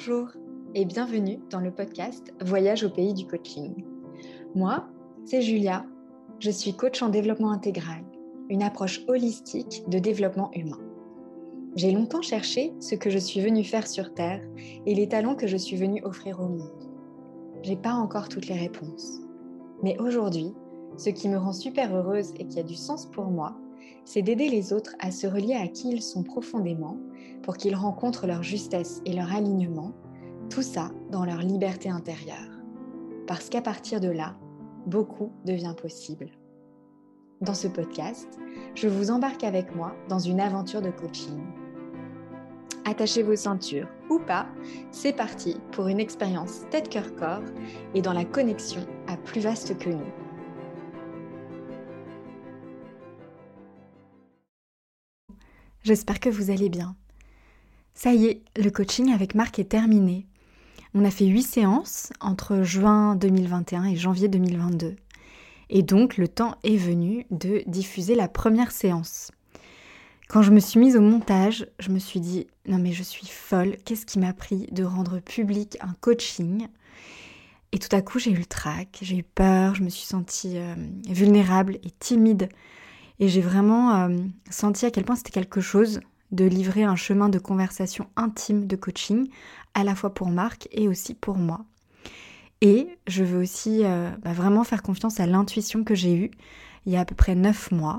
Bonjour et bienvenue dans le podcast Voyage au pays du coaching. Moi, c'est Julia, je suis coach en développement intégral, une approche holistique de développement humain. J'ai longtemps cherché ce que je suis venue faire sur Terre et les talents que je suis venue offrir au monde. J'ai pas encore toutes les réponses. Mais aujourd'hui, ce qui me rend super heureuse et qui a du sens pour moi, c'est d'aider les autres à se relier à qui ils sont profondément pour qu'ils rencontrent leur justesse et leur alignement, tout ça dans leur liberté intérieure. Parce qu'à partir de là, beaucoup devient possible. Dans ce podcast, je vous embarque avec moi dans une aventure de coaching. Attachez vos ceintures ou pas, c'est parti pour une expérience tête-cœur-corps et dans la connexion à plus vaste que nous. J'espère que vous allez bien. Ça y est, le coaching avec Marc est terminé. On a fait 8 séances entre juin 2021 et janvier 2022. Et donc, le temps est venu de diffuser la première séance. Quand je me suis mise au montage, je me suis dit « Non mais je suis folle, qu'est-ce qui m'a pris de rendre public un coaching ?» Et tout à coup, j'ai eu le trac, j'ai eu peur, je me suis sentie vulnérable et timide. Et j'ai vraiment senti à quel point c'était quelque chose de livrer un chemin de conversation intime de coaching, à la fois pour Marc et aussi pour moi. Et je veux aussi vraiment faire confiance à l'intuition que j'ai eue il y a à peu près 9 mois.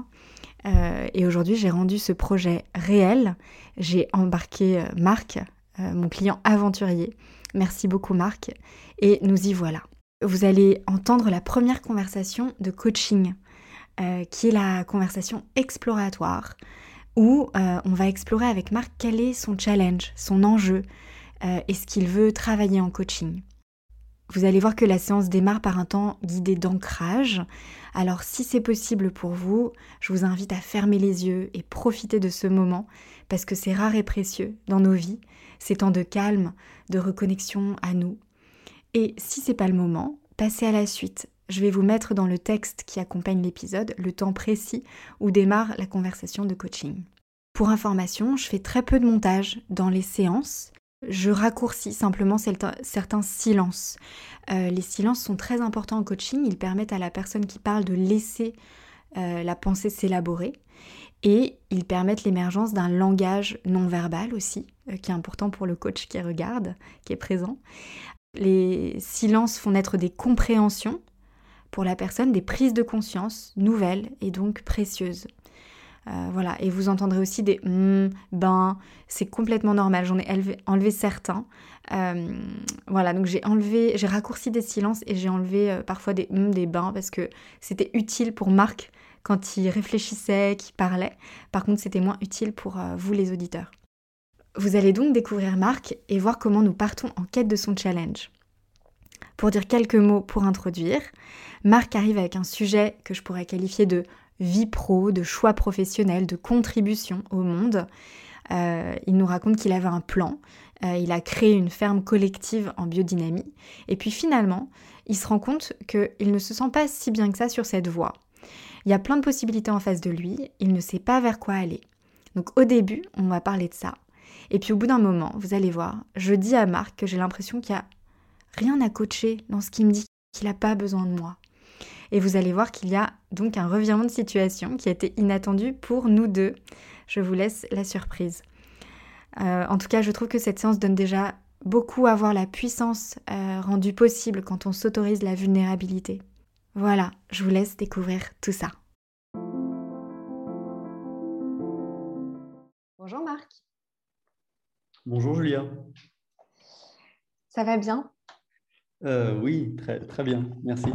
Et aujourd'hui, j'ai rendu ce projet réel. J'ai embarqué Marc, mon client aventurier. Merci beaucoup Marc. Et nous y voilà. Vous allez entendre la première conversation de coaching, qui est la conversation exploratoire, où on va explorer avec Marc quel est son challenge, son enjeu, et ce qu'il veut travailler en coaching. Vous allez voir que la séance démarre par un temps guidé d'ancrage. Alors si c'est possible pour vous, je vous invite à fermer les yeux et profiter de ce moment, parce que c'est rare et précieux dans nos vies, ces temps de calme, de reconnexion à nous. Et si c'est pas le moment, passez à la suite. Je vais vous mettre dans le texte qui accompagne l'épisode le temps précis où démarre la conversation de coaching. Pour information, je fais très peu de montage dans les séances. Je raccourcis simplement certains silences. Les silences sont très importants en coaching. Ils permettent à la personne qui parle de laisser la pensée s'élaborer. Et ils permettent l'émergence d'un langage non verbal aussi, qui est important pour le coach qui regarde, qui est présent. Les silences font naître des compréhensions pour la personne, des prises de conscience nouvelles et donc précieuses. Voilà, et vous entendrez aussi des ben, c'est complètement normal, j'en ai enlevé certains. Voilà, donc j'ai raccourci des silences et j'ai enlevé parfois des des ben parce que c'était utile pour Marc quand il réfléchissait, qu'il parlait. Par contre, c'était moins utile pour vous les auditeurs. Vous allez donc découvrir Marc et voir comment nous partons en quête de son challenge. Pour dire quelques mots pour introduire, Marc arrive avec un sujet que je pourrais qualifier de vie pro, de choix professionnel, de contribution au monde. Il nous raconte qu'il avait un plan, il a créé une ferme collective en biodynamie, et puis finalement, il se rend compte qu'il ne se sent pas si bien que ça sur cette voie. Il y a plein de possibilités en face de lui, il ne sait pas vers quoi aller. Donc au début, on va parler de ça. Et puis au bout d'un moment, vous allez voir, je dis à Marc que j'ai l'impression qu'il y a rien à coacher dans ce qu'il me dit, qu'il n'a pas besoin de moi. Et vous allez voir qu'il y a donc un revirement de situation qui a été inattendu pour nous deux. Je vous laisse la surprise. En tout cas, je trouve que cette séance donne déjà beaucoup à voir la puissance rendue possible quand on s'autorise la vulnérabilité. Voilà, je vous laisse découvrir tout ça. Bonjour Marc. Bonjour Julia. Ça va bien? Oui, très bien, merci.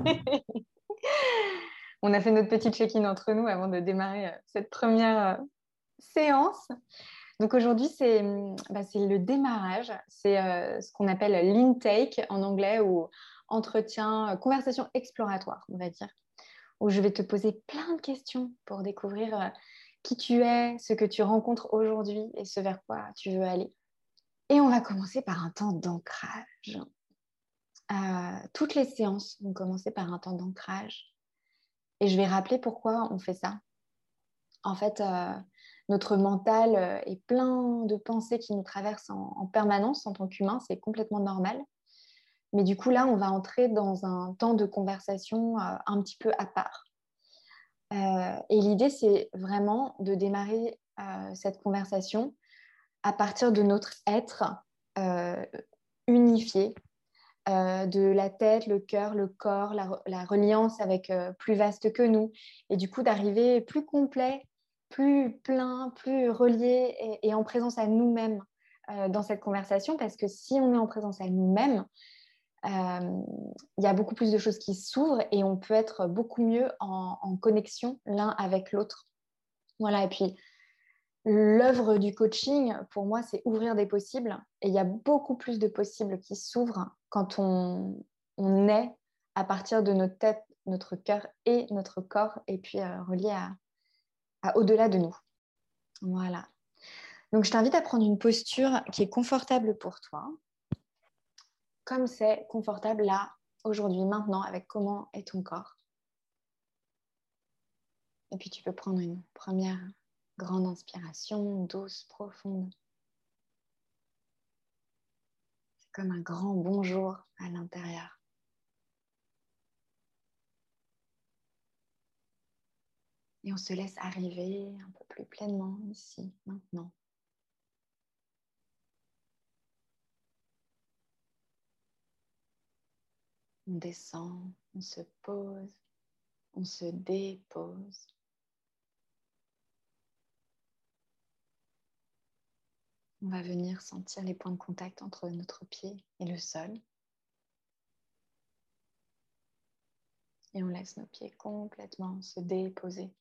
On a fait notre petit check-in entre nous avant de démarrer cette première séance. Donc aujourd'hui, c'est le démarrage. C'est ce qu'on appelle l'intake en anglais ou entretien, conversation exploratoire, on va dire, où je vais te poser plein de questions pour découvrir qui tu es, ce que tu rencontres aujourd'hui et ce vers quoi tu veux aller. Et on va commencer par un temps d'ancrage. Toutes les séances vont commencer par un temps d'ancrage. Et je vais rappeler pourquoi on fait ça. En fait, notre mental est plein de pensées qui nous traversent en permanence en tant qu'humain, c'est complètement normal. Mais du coup, là, on va entrer dans un temps de conversation un petit peu à part. Et l'idée, c'est vraiment de démarrer cette conversation à partir de notre être euh, unifié, de la tête, le cœur, le corps, la reliance avec plus vaste que nous, et du coup d'arriver plus complet, plus plein, plus relié et en présence à nous-mêmes dans cette conversation, parce que si on est en présence à nous-mêmes, il y a beaucoup plus de choses qui s'ouvrent et on peut être beaucoup mieux en connexion l'un avec l'autre. Voilà, et puis l'œuvre du coaching, pour moi, c'est ouvrir des possibles. Et il y a beaucoup plus de possibles qui s'ouvrent quand on est à partir de notre tête, notre cœur et notre corps, et puis relié à au-delà de nous. Voilà. Donc, je t'invite à prendre une posture qui est confortable pour toi, comme c'est confortable là, aujourd'hui, maintenant, avec comment est ton corps. Et puis, tu peux prendre une première grande inspiration, douce, profonde. Comme un grand bonjour à l'intérieur. Et on se laisse arriver un peu plus pleinement ici, maintenant. On descend, on se pose, on se dépose. On va venir sentir les points de contact entre notre pied et le sol. Et on laisse nos pieds complètement se déposer.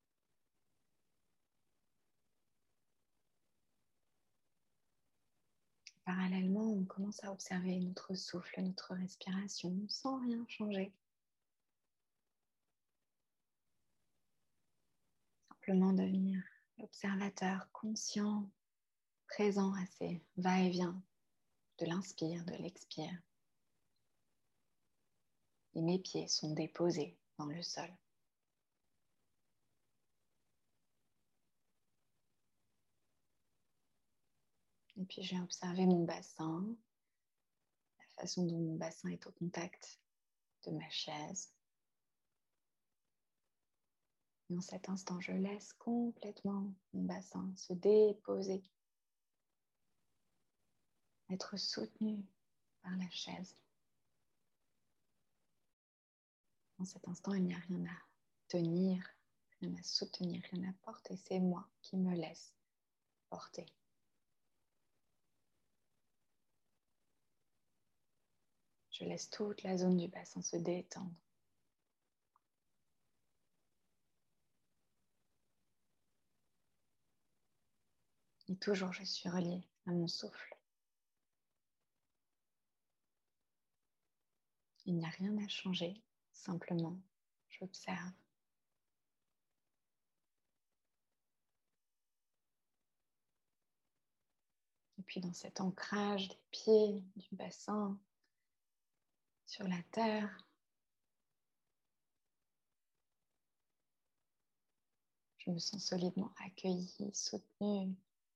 Parallèlement, on commence à observer notre souffle, notre respiration, sans rien changer. Simplement devenir l'observateur conscient, présent à ces va-et-vient de l'inspire, de l'expire. Et mes pieds sont déposés dans le sol. Et puis j'ai observé mon bassin, la façon dont mon bassin est au contact de ma chaise. Et en cet instant, je laisse complètement mon bassin se déposer, être soutenu par la chaise. En cet instant, il n'y a rien à tenir, rien à soutenir, rien à porter. C'est moi qui me laisse porter. Je laisse toute la zone du bassin se détendre. Et toujours, je suis reliée à mon souffle. Il n'y a rien à changer, simplement, j'observe. Et puis dans cet ancrage des pieds, du bassin, sur la terre, je me sens solidement accueillie, soutenue.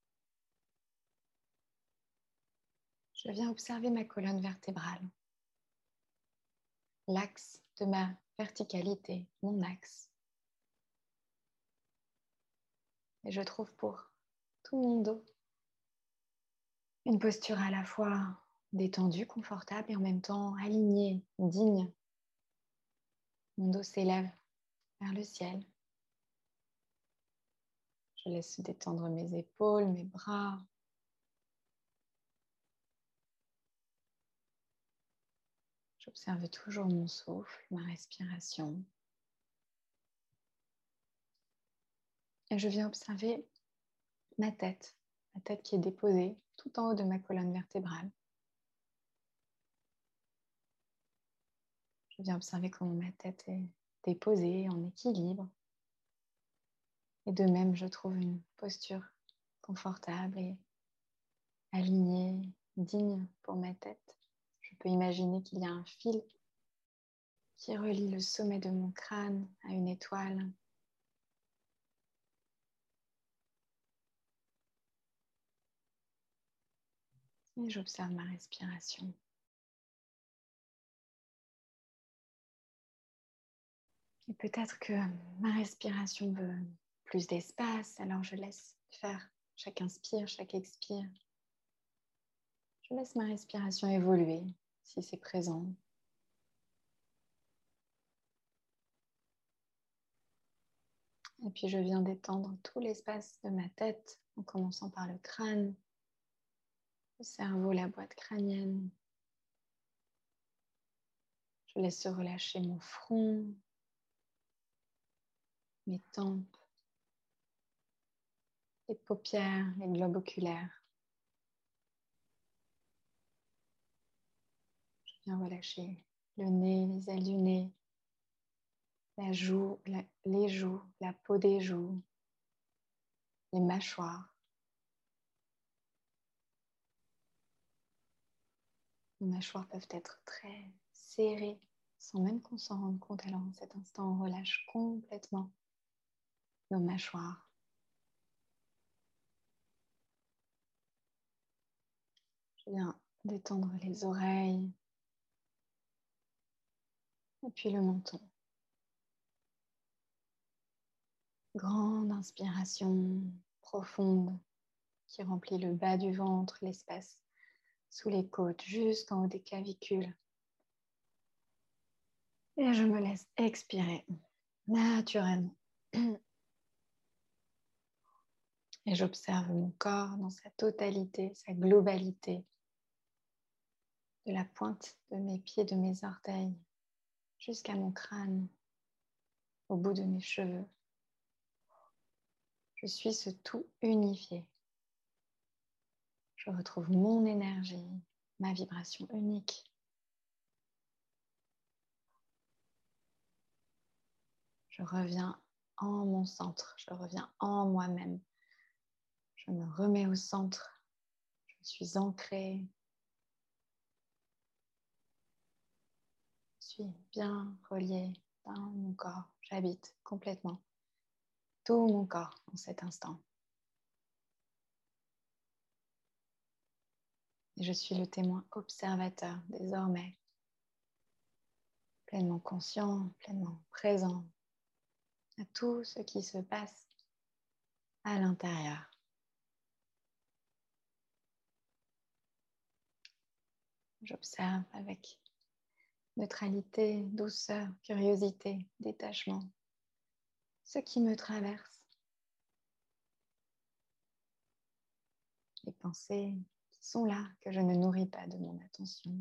Je viens observer ma colonne vertébrale, l'axe de ma verticalité, mon axe. Et je trouve pour tout mon dos une posture à la fois détendue, confortable et en même temps alignée, digne. Mon dos s'élève vers le ciel. Je laisse se détendre mes épaules, mes bras. J'observe toujours mon souffle, ma respiration. Et je viens observer ma tête qui est déposée tout en haut de ma colonne vertébrale. Je viens observer comment ma tête est déposée, en équilibre. Et de même, je trouve une posture confortable et alignée, digne pour ma tête. Je peux imaginer qu'il y a un fil qui relie le sommet de mon crâne à une étoile. Et j'observe ma respiration. Et peut-être que ma respiration veut plus d'espace, alors je laisse faire chaque inspire, chaque expire. Je laisse ma respiration évoluer si c'est présent. Et puis je viens d'étendre tout l'espace de ma tête en commençant par le crâne, le cerveau, la boîte crânienne. Je laisse se relâcher mon front, mes tempes, les paupières, les globes oculaires. Je viens relâcher le nez, les ailes du nez, les joues, la peau des joues, les mâchoires. Les mâchoires peuvent être très serrées sans même qu'on s'en rende compte. Alors en cet instant, on relâche complètement nos mâchoires. Je viens détendre les oreilles et puis le menton. Grande inspiration profonde qui remplit le bas du ventre, l'espace sous les côtes, jusqu'en haut des clavicules. Et je me laisse expirer naturellement. Et j'observe mon corps dans sa totalité, sa globalité, de la pointe de mes pieds, de mes orteils, jusqu'à mon crâne, au bout de mes cheveux. Je suis ce tout unifié. Je retrouve mon énergie, ma vibration unique. Je reviens en mon centre, je reviens en moi-même. Je me remets au centre, je suis ancrée. Je suis bien reliée dans mon corps. J'habite complètement tout mon corps en cet instant. Et je suis le témoin observateur désormais, pleinement conscient, pleinement présent à tout ce qui se passe à l'intérieur. J'observe avec neutralité, douceur, curiosité, détachement ce qui me traverse. Les pensées qui sont là, que je ne nourris pas de mon attention.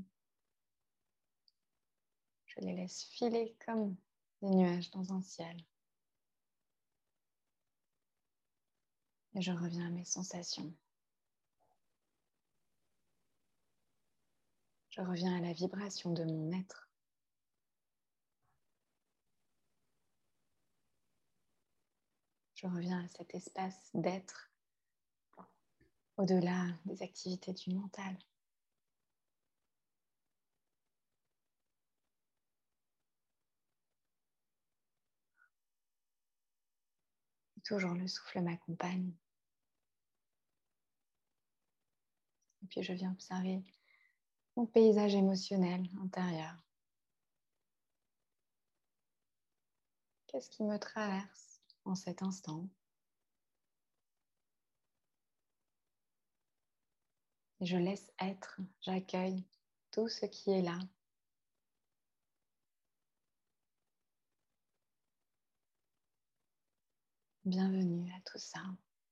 Je les laisse filer comme des nuages dans un ciel. Et je reviens à mes sensations. Je reviens à la vibration de mon être. Je reviens à cet espace d'être au-delà des activités du mental. Et toujours le souffle m'accompagne. Et puis je viens observer mon paysage émotionnel intérieur. Qu'est-ce qui me traverse en cet instant? Et je laisse être, j'accueille tout ce qui est là. Bienvenue à tout ça.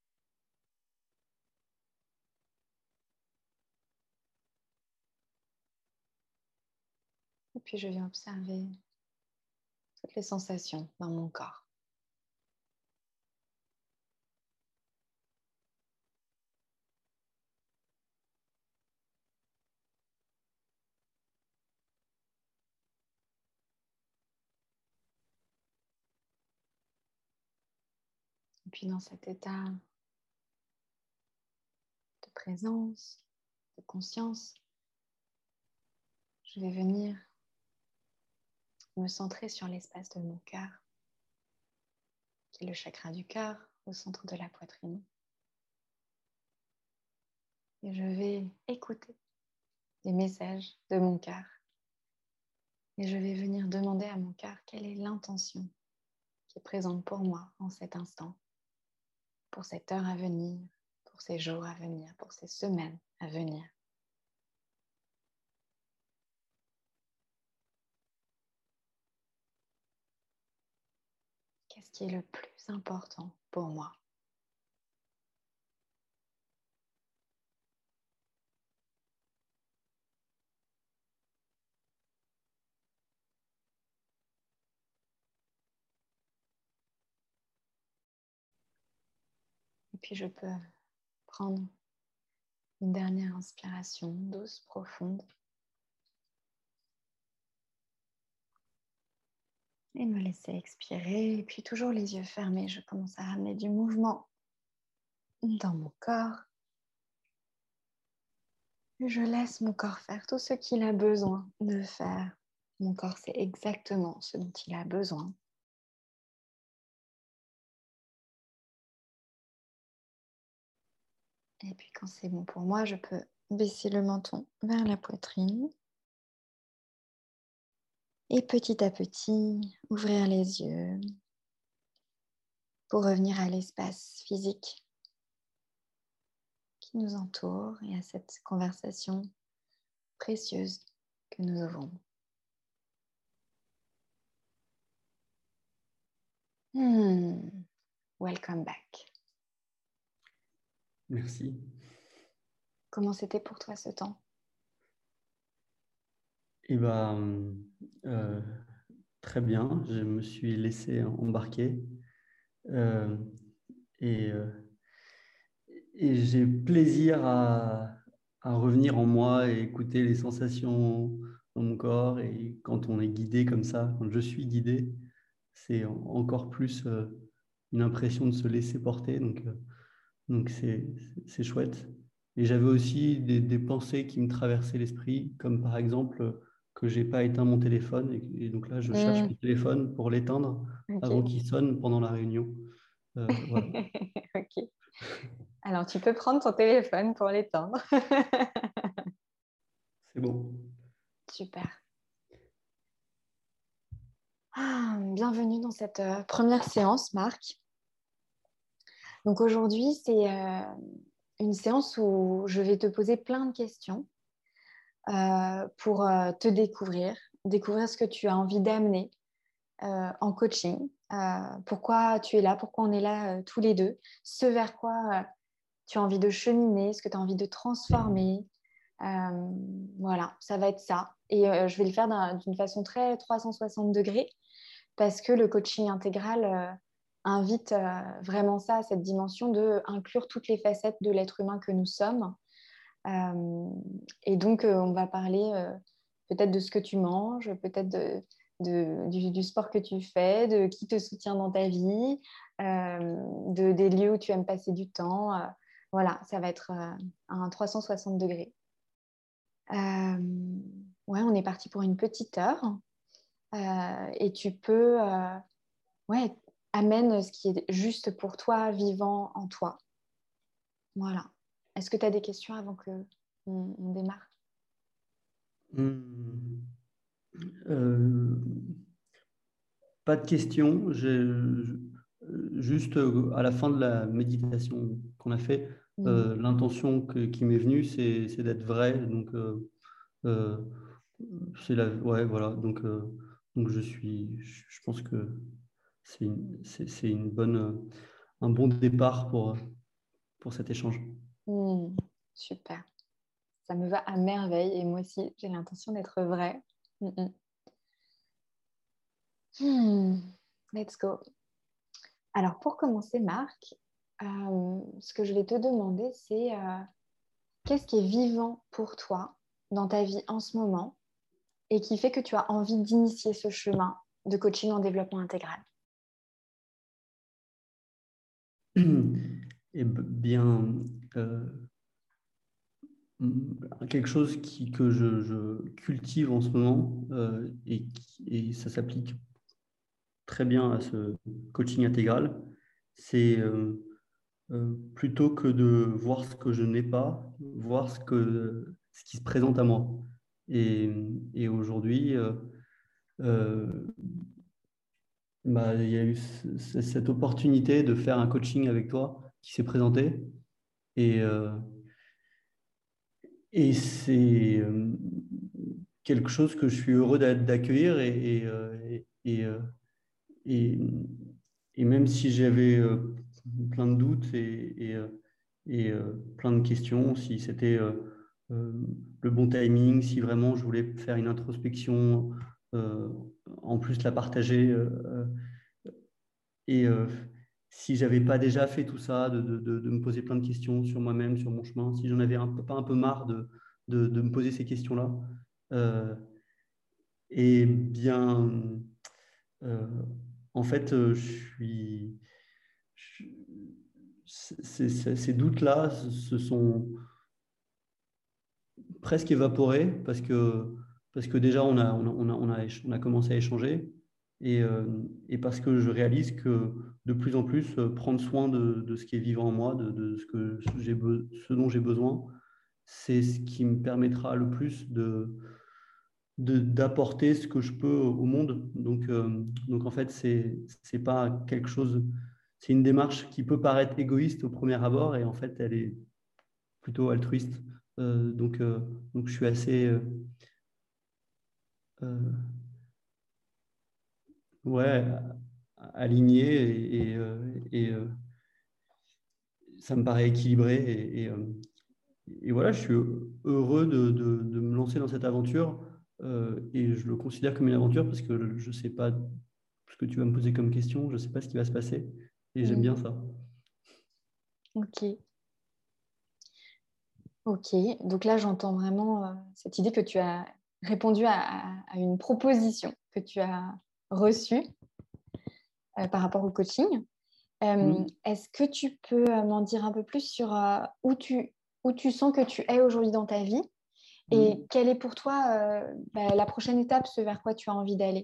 Et puis je viens observer toutes les sensations dans mon corps. Et puis dans cet état de présence, de conscience, je vais venir me centrer sur l'espace de mon cœur, qui est le chakra du cœur au centre de la poitrine. Et je vais écouter les messages de mon cœur. Et je vais venir demander à mon cœur quelle est l'intention qui est présente pour moi en cet instant, pour cette heure à venir, pour ces jours à venir, pour ces semaines à venir. Qu'est-ce qui est le plus important pour moi? Et puis je peux prendre une dernière inspiration douce, profonde. Et me laisser expirer. Et puis toujours les yeux fermés, je commence à ramener du mouvement dans mon corps. Et je laisse mon corps faire tout ce qu'il a besoin de faire. Mon corps sait exactement ce dont il a besoin. Et puis quand c'est bon pour moi, je peux baisser le menton vers la poitrine. Et petit à petit, ouvrir les yeux pour revenir à l'espace physique qui nous entoure et à cette conversation précieuse que nous avons. Welcome back. Merci. Comment c'était pour toi ce temps? Eh ben, euh, très bien. Je me suis laissé embarquer euh, et, euh, et j'ai plaisir à revenir en moi et écouter les sensations dans mon corps. Et quand on est guidé comme ça, quand je suis guidé, c'est encore plus une impression de se laisser porter. Donc c'est chouette. Et j'avais aussi des pensées qui me traversaient l'esprit, comme par exemple que j'ai pas éteint mon téléphone. Et donc là, je cherche mon téléphone pour l'éteindre avant Ok. qu'il sonne pendant la réunion. Voilà, Ok. Alors, tu peux prendre ton téléphone pour l'éteindre. c'est bon. Super. Bienvenue dans cette première séance, Marc. Donc aujourd'hui, c'est une séance où je vais te poser plein de questions pour te découvrir ce que tu as envie d'amener en coaching, pourquoi tu es là, pourquoi on est là tous les deux, ce vers quoi tu as envie de cheminer, ce que tu as envie de transformer. Voilà, ça va être ça. Et je vais le faire d'une façon très 360 degrés parce que le coaching intégral invite vraiment ça, cette dimension de inclure toutes les facettes de l'être humain que nous sommes. Et donc, on va parler peut-être de ce que tu manges, peut-être du sport que tu fais, de qui te soutient dans ta vie, des lieux où tu aimes passer du temps. Voilà, ça va être un 360 degrés. Ouais, on est parti pour une petite heure. Et tu peux, ouais, amène ce qui est juste pour toi, vivant en toi. Voilà. Est-ce que tu as des questions avant que on démarre? Hmm. Euh, Pas de questions. Juste à la fin de la méditation qu'on a fait, Mhm. l'intention qui m'est venue, c'est d'être vrai. Euh, c'est ouais, voilà. Donc je pense que c'est une bonne, un bon départ pour cet échange. Hmm, super. Ça me va à merveille et moi aussi, j'ai l'intention d'être vraie. Mhm. Let's go. Alors, pour commencer, Marc, ce que je vais te demander, c'est qu'est-ce qui est vivant pour toi dans ta vie en ce moment et qui fait que tu as envie d'initier ce chemin de coaching en développement intégral? Eh bien, quelque chose que je cultive en ce moment et ça s'applique très bien à ce coaching intégral, c'est plutôt que de voir ce que je n'ai pas, voir ce qui se présente à moi. Et, et aujourd'hui, euh, il y a eu cette opportunité de faire un coaching avec toi qui s'est présentée. Et, euh, et c'est quelque chose que je suis heureux d'accueillir. Et, et même si j'avais plein de doutes plein de questions, si c'était euh, le bon timing, si vraiment je voulais faire une introspection, euh, en plus la partager, et si j'avais pas déjà fait tout ça, de me poser plein de questions sur moi-même, sur mon chemin, si j'en avais pas un peu marre de me poser ces questions-là, euh, et bien, euh, en fait, je- ces doutes-là se sont presque évaporés parce que déjà on a commencé à échanger et parce que je réalise que de plus en plus prendre soin de ce qui est vivant en moi, de ce dont j'ai besoin, c'est ce qui me permettra le plus d'apporter ce que je peux au monde. Donc en fait, c'est pas quelque chose, c'est une démarche qui peut paraître égoïste au premier abord et en fait, elle est plutôt altruiste. Euh, donc, euh, donc je suis assez euh, ouais, aligné ça me paraît équilibré et voilà, je suis heureux de me lancer dans cette aventure et je le considère comme une aventure parce que je ne sais pas ce que tu vas me poser comme question, je ne sais pas ce qui va se passer et j'aime Mm. bien ça. Ok, ok. Donc là, j'entends vraiment cette idée que tu as répondu à une proposition que tu as reçue par rapport au coaching. Hmm. Est-ce que tu peux m'en dire un peu plus sur où tu sens que tu es aujourd'hui dans ta vie et Hmm. quelle est pour toi la prochaine étape, ce vers quoi tu as envie d'aller?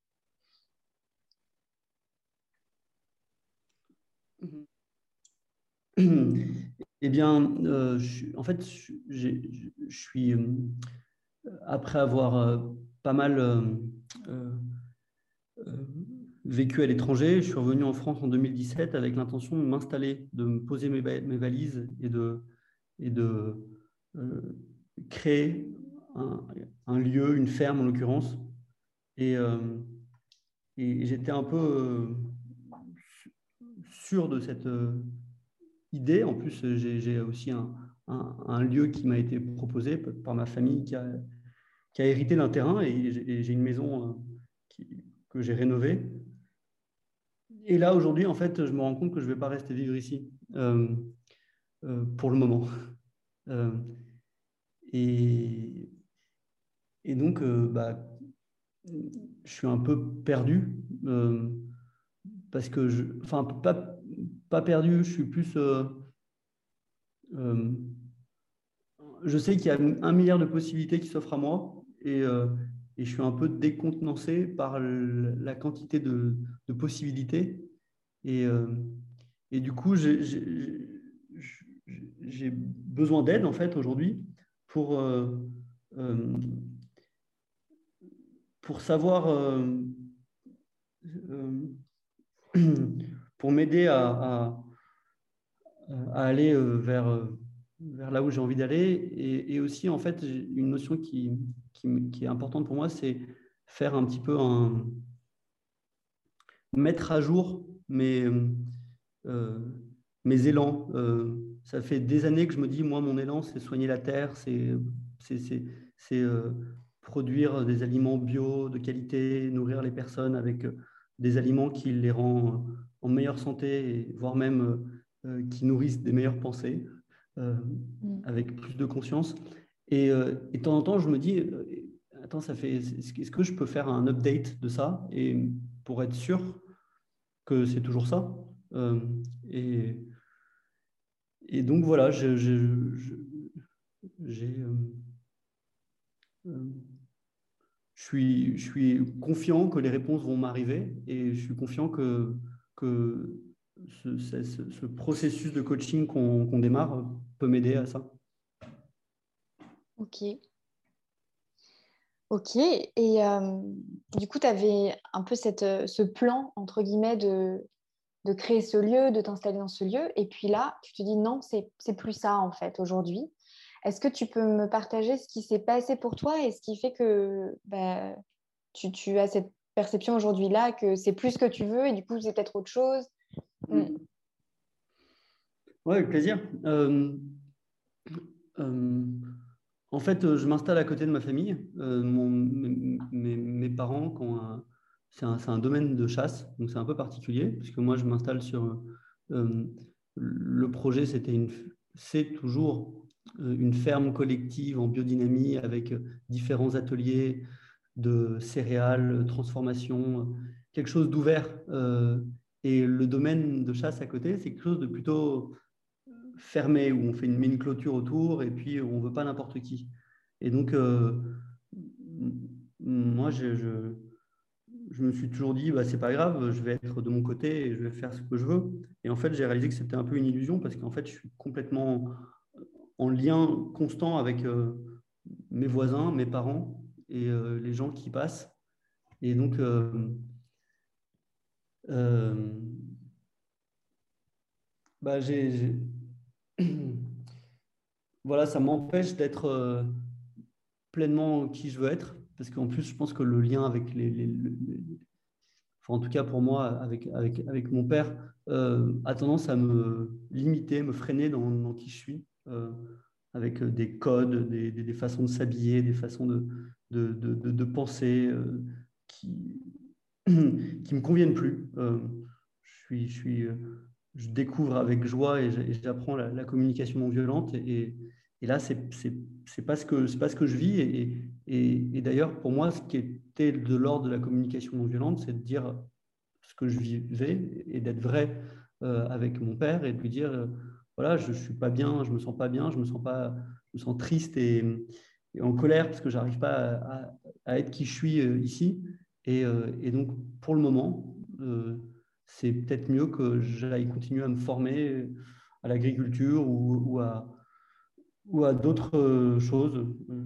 Eh bien, en fait, je suis, après avoir pas mal euh, euh, vécu à l'étranger, je suis revenu en France en 2017 avec l'intention de m'installer, de me poser mes valises et de euh, créer un, un lieu, une ferme en l'occurrence. Et, euh, et j'étais un peu sûr de cette idée. En plus, j'ai aussi un lieu qui m'a été proposé par ma famille qui a hérité d'un terrain et j'ai une maison que j'ai rénovée. Et là, aujourd'hui, en fait, je me rends compte que je ne vais pas rester vivre ici pour le moment. Euh, et, et donc, je suis un peu perdu parce que enfin, pas perdu, je suis plus. Euh, je sais qu'il y a 1 milliard de possibilités qui s'offrent à moi et je suis un peu décontenancé par la quantité de possibilités. Et, euh, et du coup, j'ai besoin d'aide en fait aujourd'hui pour, euh, pour savoir, euh, pour m'aider à aller vers là où j'ai envie d'aller. Et aussi, en fait, j'ai une notion qui est importante pour moi, c'est faire un petit peu mettre à jour euh, mes élans. Ça fait des années que je me dis, moi, mon élan, c'est soigner la terre, c'est, c'est, c'est, produire des aliments bio de qualité, nourrir les personnes avec des aliments qui les rend en meilleure santé, et voire même qui nourrissent des meilleures pensées, euh, Mm. avec plus de conscience. Et de temps en temps, je me dis, attends, est-ce que je peux faire un update de ça et pour être sûr que c'est toujours ça. Euh, et, et donc voilà, j'ai, euh, je suis confiant que les réponses vont m'arriver et je suis confiant que ce processus de coaching qu'on démarre peut m'aider à ça. Ok. Ok. Et du coup, tu avais un peu ce plan, entre guillemets, de créer ce lieu, de t'installer dans ce lieu. Et puis là, tu te dis non, c'est plus ça en fait aujourd'hui. Est-ce que tu peux me partager ce qui s'est passé pour toi et ce qui fait que bah, tu as cette perception aujourd'hui-là que c'est plus ce que tu veux et du coup, c'est peut-être autre chose? Mm. Ouais, avec plaisir. Euh, En fait, je m'installe à côté de ma famille. Mes parents, c'est un domaine de chasse, donc c'est un peu particulier, puisque moi, je m'installe sur... euh, le projet, c'est toujours une ferme collective en biodynamie avec différents ateliers de céréales, transformation, quelque chose d'ouvert. Et le domaine de chasse à côté, c'est quelque chose de plutôt fermé, où on met une clôture autour et puis on ne veut pas n'importe qui. Et donc, moi, je me suis toujours dit, bah, c'est pas grave, je vais être de mon côté et je vais faire ce que je veux. Et en fait, j'ai réalisé que c'était un peu une illusion parce qu'en fait, je suis complètement en lien constant avec mes voisins, mes parents et les gens qui passent. Et donc, euh, bah, voilà, ça m'empêche d'être pleinement qui je veux être, parce qu'en plus, je pense que le lien avec enfin, en tout cas pour moi, avec mon père, a tendance à me limiter, me freiner dans qui je suis, avec des codes, des façons de s'habiller, des façons de penser qui qui me conviennent plus. Je suis, je découvre avec joie et j'apprends la communication non violente. Et là, c'est pas ce que je vis. Et d'ailleurs, pour moi, ce qui était de l'ordre de la communication non violente, c'est de dire ce que je vivais et d'être vrai avec mon père et de lui dire, voilà, je suis pas bien, je me sens pas bien, je me sens triste et en colère parce que j'arrive pas à être qui je suis ici. Et donc, pour le moment, c'est peut-être mieux que j'aille continuer à me former à l'agriculture ou à d'autres choses.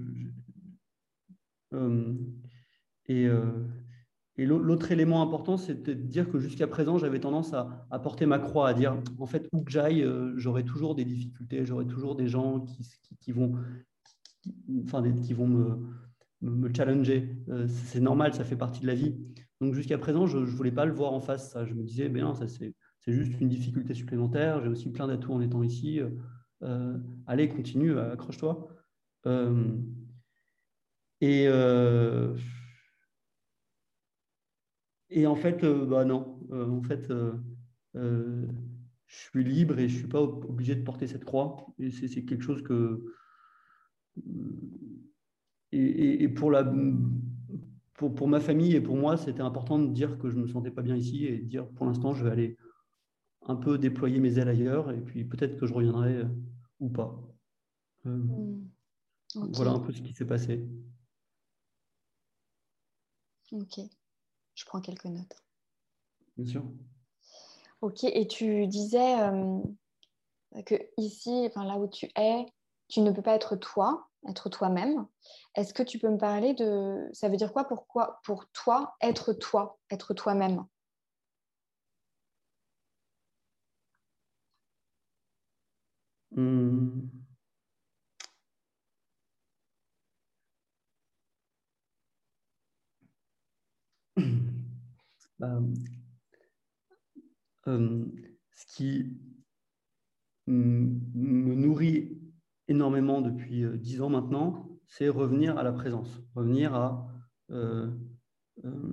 Euh, et l'autre élément important, c'est de dire que jusqu'à présent, j'avais tendance à porter ma croix, à dire, en fait, où que j'aille, j'aurai toujours des difficultés, j'aurai toujours des gens qui vont, qui vont me challenger. C'est normal, ça fait partie de la vie. Donc jusqu'à présent, je ne voulais pas le voir en face. Ça. Je me disais, ben non, ça c'est juste une difficulté supplémentaire. J'ai aussi plein d'atouts en étant ici. Allez, continue, accroche-toi. Euh, et, euh, et en fait, bah non. En fait, euh, je suis libre et je ne suis pas obligé de porter cette croix. Et c'est quelque chose que et pour ma famille et pour moi, c'était important de dire que je ne me sentais pas bien ici et de dire pour l'instant, je vais aller un peu déployer mes ailes ailleurs et puis peut-être que je reviendrai ou pas. Euh, Mm. Ok, voilà un peu ce qui s'est passé. ok. Je prends quelques notes. Bien sûr. Ok, et tu disais que ici, enfin là où tu es, tu ne peux pas être toi, être toi-même. Est-ce que tu peux me parler de... Ça veut dire quoi, pourquoi, pour toi, être toi-même? Hum. Bah, euh, ce qui me nourrit énormément depuis 10 ans maintenant, c'est revenir à la présence, revenir à euh, euh,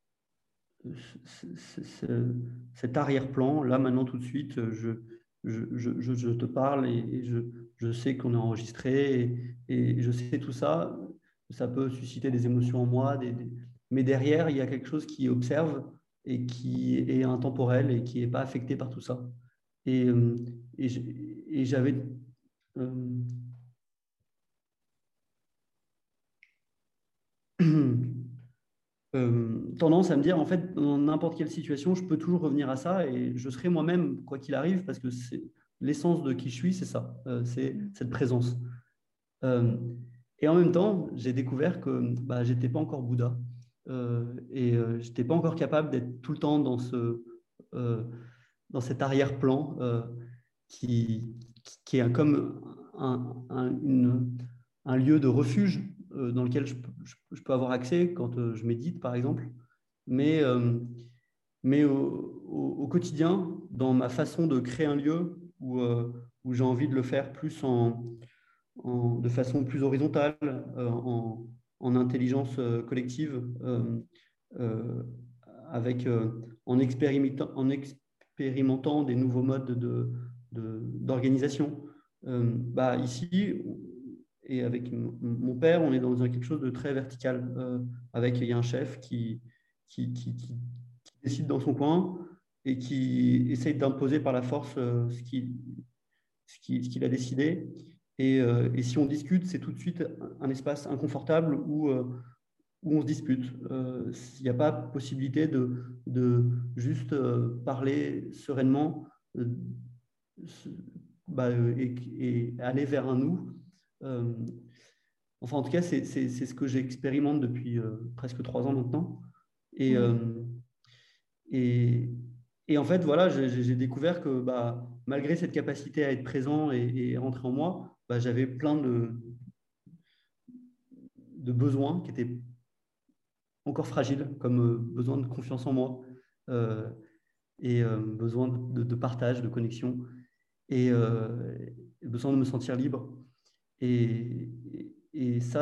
cet arrière-plan. Là, maintenant, tout de suite, je te parle et je sais qu'on est enregistré et je sais tout ça. Ça peut susciter des émotions en moi, mais derrière, il y a quelque chose qui observe et qui est intemporel et qui n'est pas affecté par tout ça. Et, euh, et j'avais... euh, tendance à me dire, en fait, dans n'importe quelle situation, je peux toujours revenir à ça et je serai moi-même, quoi qu'il arrive, parce que c'est l'essence de qui je suis, c'est ça, c'est Mm. cette présence. Euh, et en même temps, j'ai découvert que bah, j'étais pas encore Bouddha et j'étais pas encore capable d'être tout le temps euh, dans cet arrière-plan qui, qui est comme un lieu de refuge dans lequel je peux avoir accès quand je médite, par exemple. Mais, euh, mais au quotidien, dans ma façon de créer un lieu où j'ai envie de le faire plus de façon plus horizontale, en intelligence collective, euh, en expérimentant des nouveaux modes d'organisation. Bah, ici, et avec mon père, on est dans quelque chose de très vertical. Il y a un chef qui décide dans son coin et qui essaye d'imposer par la force ce qu'il a décidé. Et si on discute, c'est tout de suite un espace inconfortable où on se dispute. Il n'y a pas possibilité de juste parler sereinement euh, et aller vers un nous. Euh, enfin, en tout cas, c'est ce que j'expérimente depuis presque 3 ans maintenant. Et, Mm. euh, et, et en fait, voilà, j'ai découvert que bah, malgré cette capacité à être présent et rentrer en moi, bah, j'avais plein de besoins qui étaient encore fragiles, comme besoin de confiance en moi euh, et besoin de partage, de connexion et besoin de me sentir libre. Et, et ça,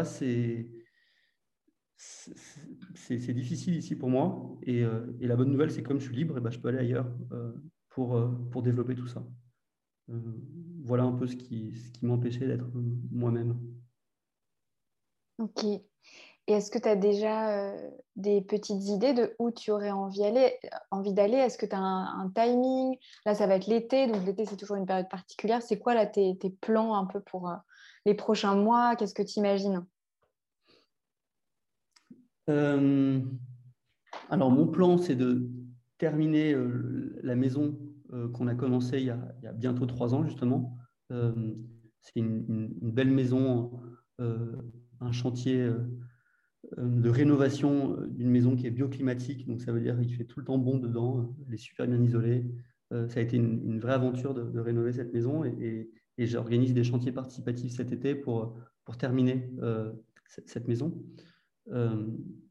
c'est difficile ici pour moi. Et la bonne nouvelle, c'est que comme je suis libre, et ben, je peux aller ailleurs pour développer tout ça. Euh, voilà un peu ce qui m'empêchait d'être moi-même. Ok. Et est-ce que tu as déjà des petites idées de où tu aurais envie d'aller? Est-ce que tu as un timing? Là, ça va être l'été, donc l'été, c'est toujours une période particulière. C'est quoi là tes plans un peu pour les prochains mois? Qu'est-ce que tu imagines? Euh, alors, mon plan, c'est de terminer la maison qu'on a commencée il y a bientôt 3 ans, justement. Euh, c'est une belle maison, un chantier de rénovation d'une maison qui est bioclimatique. Donc, ça veut dire qu'il fait tout le temps bon dedans. Elle est super bien isolée. Ça a été une vraie aventure de rénover cette maison et j'organise des chantiers participatifs cet été pour terminer cette maison. Euh,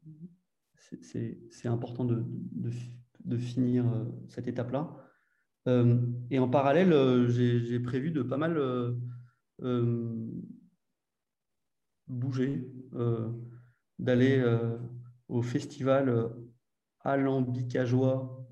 c'est important de finir cette étape-là. Et en parallèle, j'ai prévu de pas mal euh, bouger, d'aller au festival alambicageois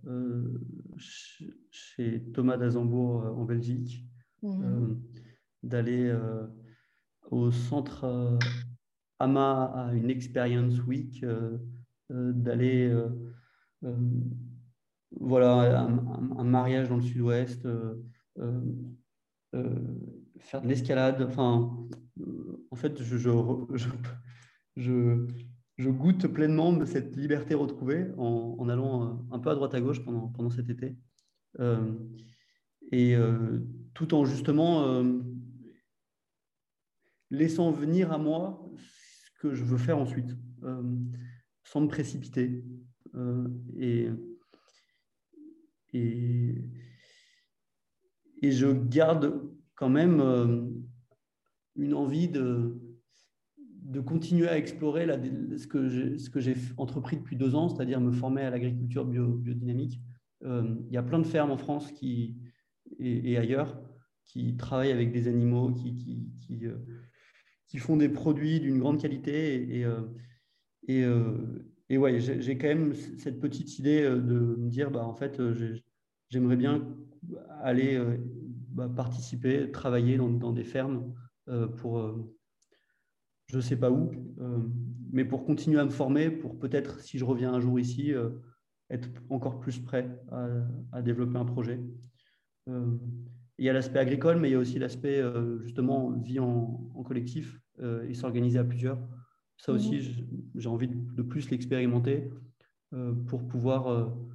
chez Thomas d'Azembourg en Belgique, Mhm. euh, d'aller au centre AMA à une Experience Week, d'aller euh, voilà, un mariage dans le sud-ouest, euh, euh, faire de l'escalade. Enfin, en fait, je, je goûte pleinement de cette liberté retrouvée en allant un peu à droite à gauche pendant cet été. Euh, et tout en justement laissant venir à moi ce que je veux faire ensuite, sans me précipiter. Euh, et, et, et je garde quand même une envie de continuer à explorer ce que j'ai entrepris depuis 2 ans, c'est-à-dire me former à l'agriculture biodynamique. Il y a plein de fermes en France et ailleurs qui travaillent avec des animaux, qui font des produits d'une grande qualité. Et ouais, j'ai quand même cette petite idée de me dire, bah, en fait, j'aimerais bien aller bah, participer, travailler dans des fermes pour, je ne sais pas où, mais pour continuer à me former, pour peut-être, si je reviens un jour ici, être encore plus prêt à développer un projet. Euh, il y a l'aspect agricole, mais il y a aussi l'aspect justement vie en collectif et s'organiser à plusieurs. Ça aussi, j'ai envie de plus l'expérimenter pour pouvoir,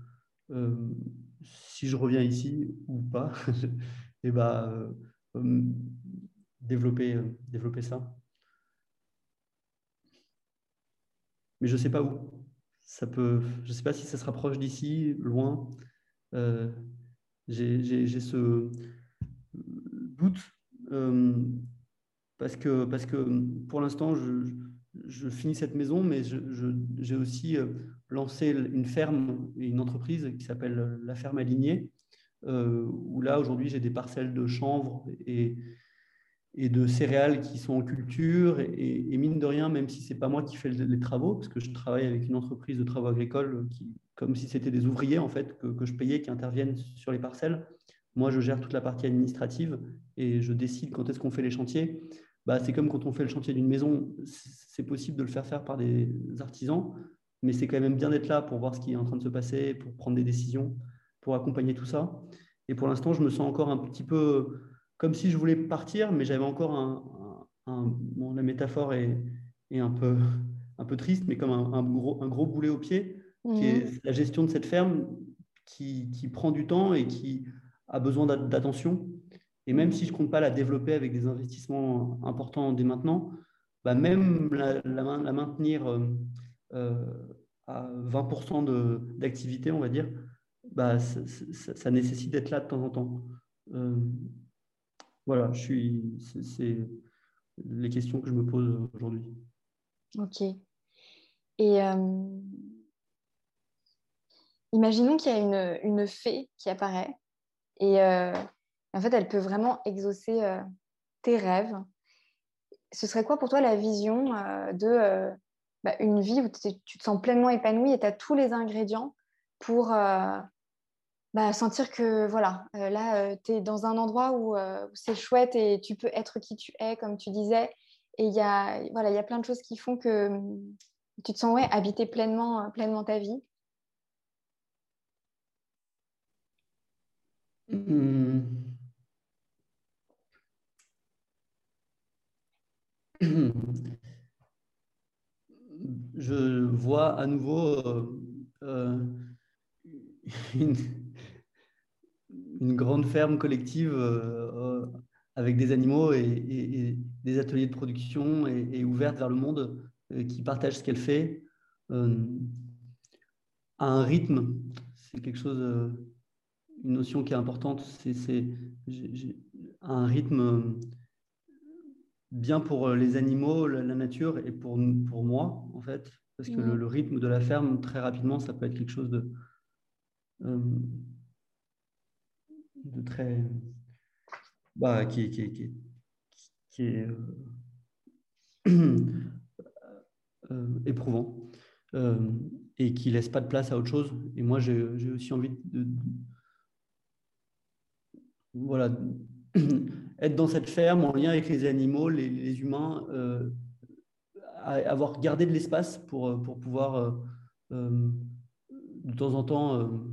si je reviens ici ou pas, et euh, développer ça. Mais je ne sais pas où. Je ne sais pas si ça se rapproche d'ici, loin. Euh, j'ai ce doute parce que pour l'instant, je finis cette maison, mais j'ai aussi lancé une ferme et une entreprise qui s'appelle La Ferme Alignée, où là, aujourd'hui, j'ai des parcelles de chanvre et de céréales qui sont en culture. Et mine de rien, même si ce n'est pas moi qui fais les travaux, parce que je travaille avec une entreprise de travaux agricoles comme si c'était des ouvriers en fait, que je payais, qui interviennent sur les parcelles. Moi, je gère toute la partie administrative et je décide quand est-ce qu'on fait les chantiers. C'est comme quand on fait le chantier d'une maison, c'est possible de le faire par des artisans, mais c'est quand même bien d'être là pour voir ce qui est en train de se passer, pour prendre des décisions, pour accompagner tout ça. Et pour l'instant, je me sens encore un petit peu comme si je voulais partir, mais j'avais encore bon, la métaphore est un peu triste, mais comme un gros boulet au pied, qui est la gestion de cette ferme qui prend du temps et qui a besoin d'attention. Et même si je ne compte pas la développer avec des investissements importants dès maintenant, même la maintenir euh, à 20% d'activité, on va dire, ça nécessite d'être là de temps en temps. Euh, voilà, c'est les questions que je me pose aujourd'hui. Ok. Et imaginons qu'il y a une fée qui apparaît et en fait, elle peut vraiment exaucer tes rêves. Ce serait quoi pour toi la vision de une vie où tu te sens pleinement épanoui et tu as tous les ingrédients pour sentir que voilà, là, tu es dans un endroit où c'est chouette et tu peux être qui tu es, comme tu disais. Et il y a plein de choses qui font que tu te sens ouais, habiter pleinement ta vie. Hum. Je vois à nouveau euh, une, une grande ferme collective avec des animaux et des ateliers de production et ouverte vers le monde qui partagent ce qu'elle fait euh, à un rythme. C'est quelque chose, une notion qui est importante. Un rythme bien pour les animaux, la nature et pour moi, en fait. Parce que Mm. le rythme de la ferme, très rapidement, ça peut être quelque chose euh, de très. Qui est éprouvant et qui laisse pas de place à autre chose. Et moi, j'ai aussi envie voilà, être dans cette ferme en lien avec les animaux, les humains, avoir gardé de l'espace pour pouvoir de temps en temps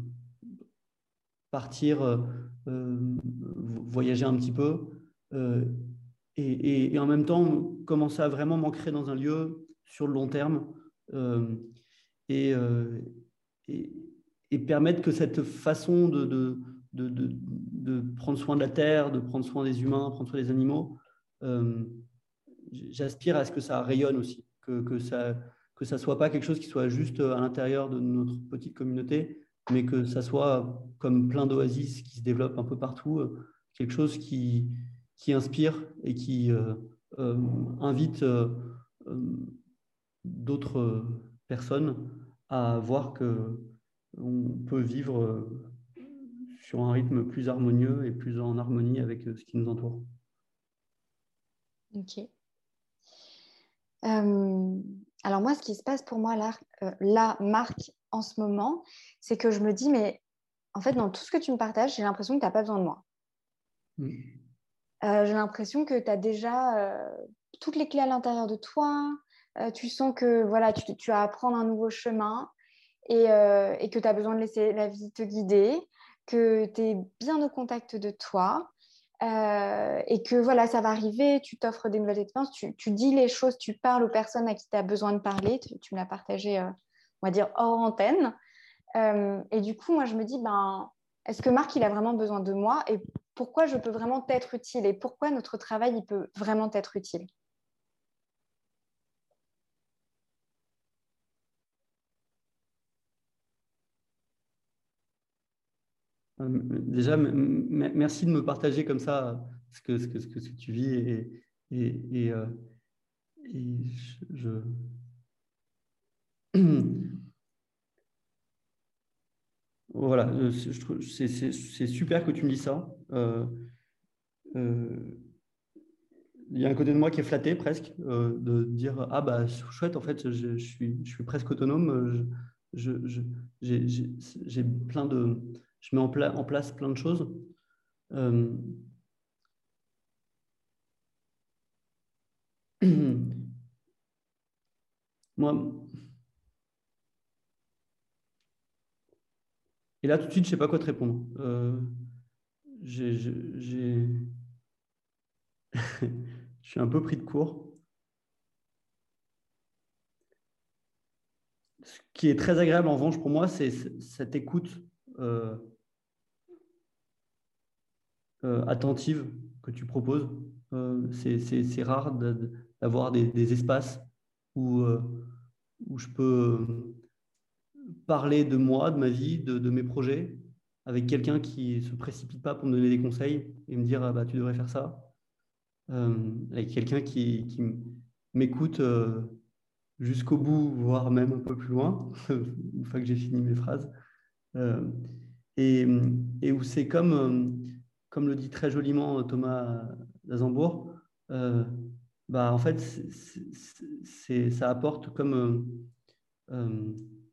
partir, voyager un petit peu et en même temps commencer à vraiment m'ancrer dans un lieu sur le long terme euh, et, euh, et, et permettre que cette façon de prendre soin de la terre, de prendre soin des humains, prendre soin des animaux, euh, j'aspire à ce que ça rayonne aussi, que ça soit pas quelque chose qui soit juste à l'intérieur de notre petite communauté, mais que ça soit comme plein d'oasis qui se développent un peu partout, quelque chose qui inspire et qui euh, invite d'autres personnes à voir que on peut vivre sur un rythme plus harmonieux et plus en harmonie avec ce qui nous entoure. Ok. Euh, alors moi, ce qui se passe pour moi là, Marc, en ce moment, c'est que je me dis, mais en fait, dans tout ce que tu me partages, j'ai l'impression que tu n'as pas besoin de moi. Mm. J'ai l'impression que tu as déjà toutes les clés à l'intérieur de toi. Tu sens que voilà, tu as à prendre un nouveau chemin et que tu as besoin de laisser la vie te guider, que tu es bien au contact de toi. et que voilà, ça va arriver, tu t'offres des nouvelles expériences, tu dis les choses, tu parles aux personnes à qui tu as besoin de parler, tu me l'as partagé, on va dire, hors antenne. Et du coup, moi, je me dis, ben, est-ce que Marc, il a vraiment besoin de moi et pourquoi je peux vraiment t'être utile et pourquoi notre travail, il peut vraiment t'être utile? Déjà, merci de me partager comme ça ce que tu vis et, et voilà, je trouve c'est super que tu me dis ça. Euh, il y a un côté de moi qui est flatté presque de dire ah bah chouette en fait je suis presque autonome. Je, j'ai plein de je mets en place plein de choses. Euh, moi et là tout de suite je sais pas quoi te répondre. J'ai, j'ai- j'ai- je suis un peu pris de court. Ce qui est très agréable en revanche pour moi, c'est cette écoute euh, attentive que tu proposes. C'est rare d'avoir des espaces où, où je peux parler de moi, de ma vie, de mes projets, avec quelqu'un qui ne se précipite pas pour me donner des conseils et me dire ah bah, tu devrais faire ça. Avec quelqu'un qui m'écoute jusqu'au bout, voire même un peu plus loin, une fois que j'ai fini mes phrases. Euh, et, et où c'est comme le dit très joliment Thomas d'Azembourg, euh, bah, en fait, ça apporte comme euh,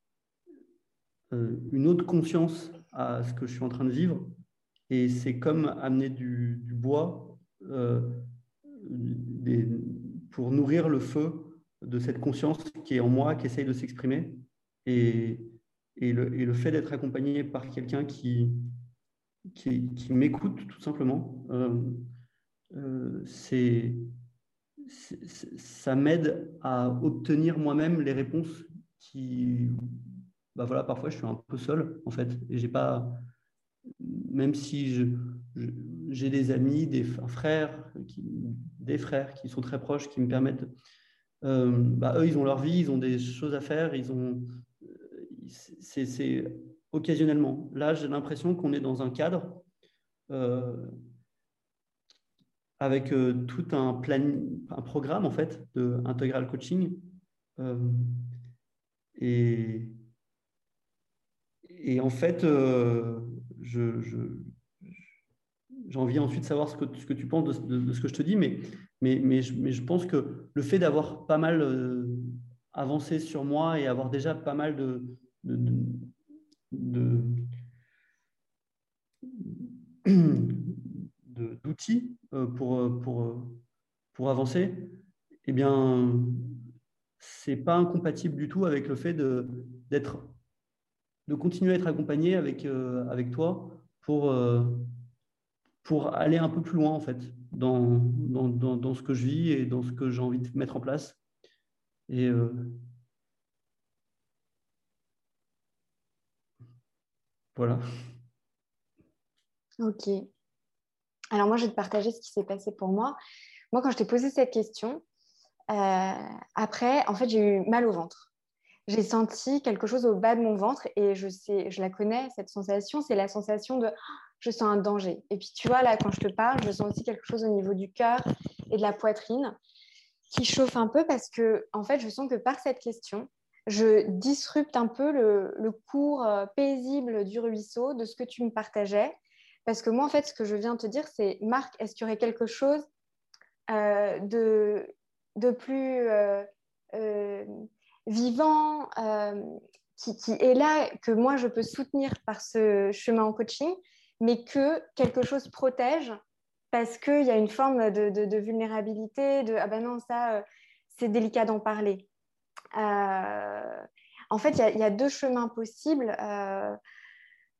une autre conscience à ce que je suis en train de vivre. Et c'est comme amener du bois des- pour nourrir le feu de cette conscience qui est en moi, qui essaye de s'exprimer. Et, et le fait d'être accompagné par quelqu'un qui m'écoute tout simplement, ça m'aide à obtenir moi-même les réponses qui, bah voilà, parfois je suis un peu seul en fait, et j'ai pas, même si je- j'ai des amis, des frères qui sont très proches, qui me permettent, bah, eux ils ont leur vie, ils ont des choses à faire, c'est occasionnellement. Là j'ai l'impression qu'on est dans un cadre. euh, avec tout un programme en fait de intégral coaching. Euh, et, et en fait, j'ai envie ensuite de savoir ce que tu penses de ce que je te dis, mais je pense que le fait d'avoir pas mal avancé sur moi et avoir déjà pas mal de, de- de- d'outils pour avancer, eh bien, c'est pas incompatible du tout avec le fait de continuer à être accompagné avec toi pour aller un peu plus loin, en fait, dans ce que je vis et dans ce que j'ai envie de mettre en place. Et voilà. Ok. Alors moi, je vais te partager ce qui s'est passé pour moi. Moi, quand je t'ai posé cette question, euh, après, en fait, j'ai eu mal au ventre. J'ai senti quelque chose au bas de mon ventre et je sais, je la connais, cette sensation, c'est la sensation de je sens un danger. Et puis tu vois, là, quand je te parle, je sens aussi quelque chose au niveau du cœur et de la poitrine qui chauffe un peu parce que, en fait, je sens que par cette question, je disrupte un peu le cours paisible du ruisseau, de ce que tu me partageais. Parce que moi, en fait, ce que je viens de te dire, c'est Marc, est-ce qu'il y aurait quelque chose euh, de, de plus euh, vivant, qui est là, que moi je peux soutenir par ce chemin en coaching, mais que quelque chose protège parce qu'il y a une forme de vulnérabilité, de ah ben non, ça, c'est délicat d'en parler. En fait, il y a deux chemins possibles.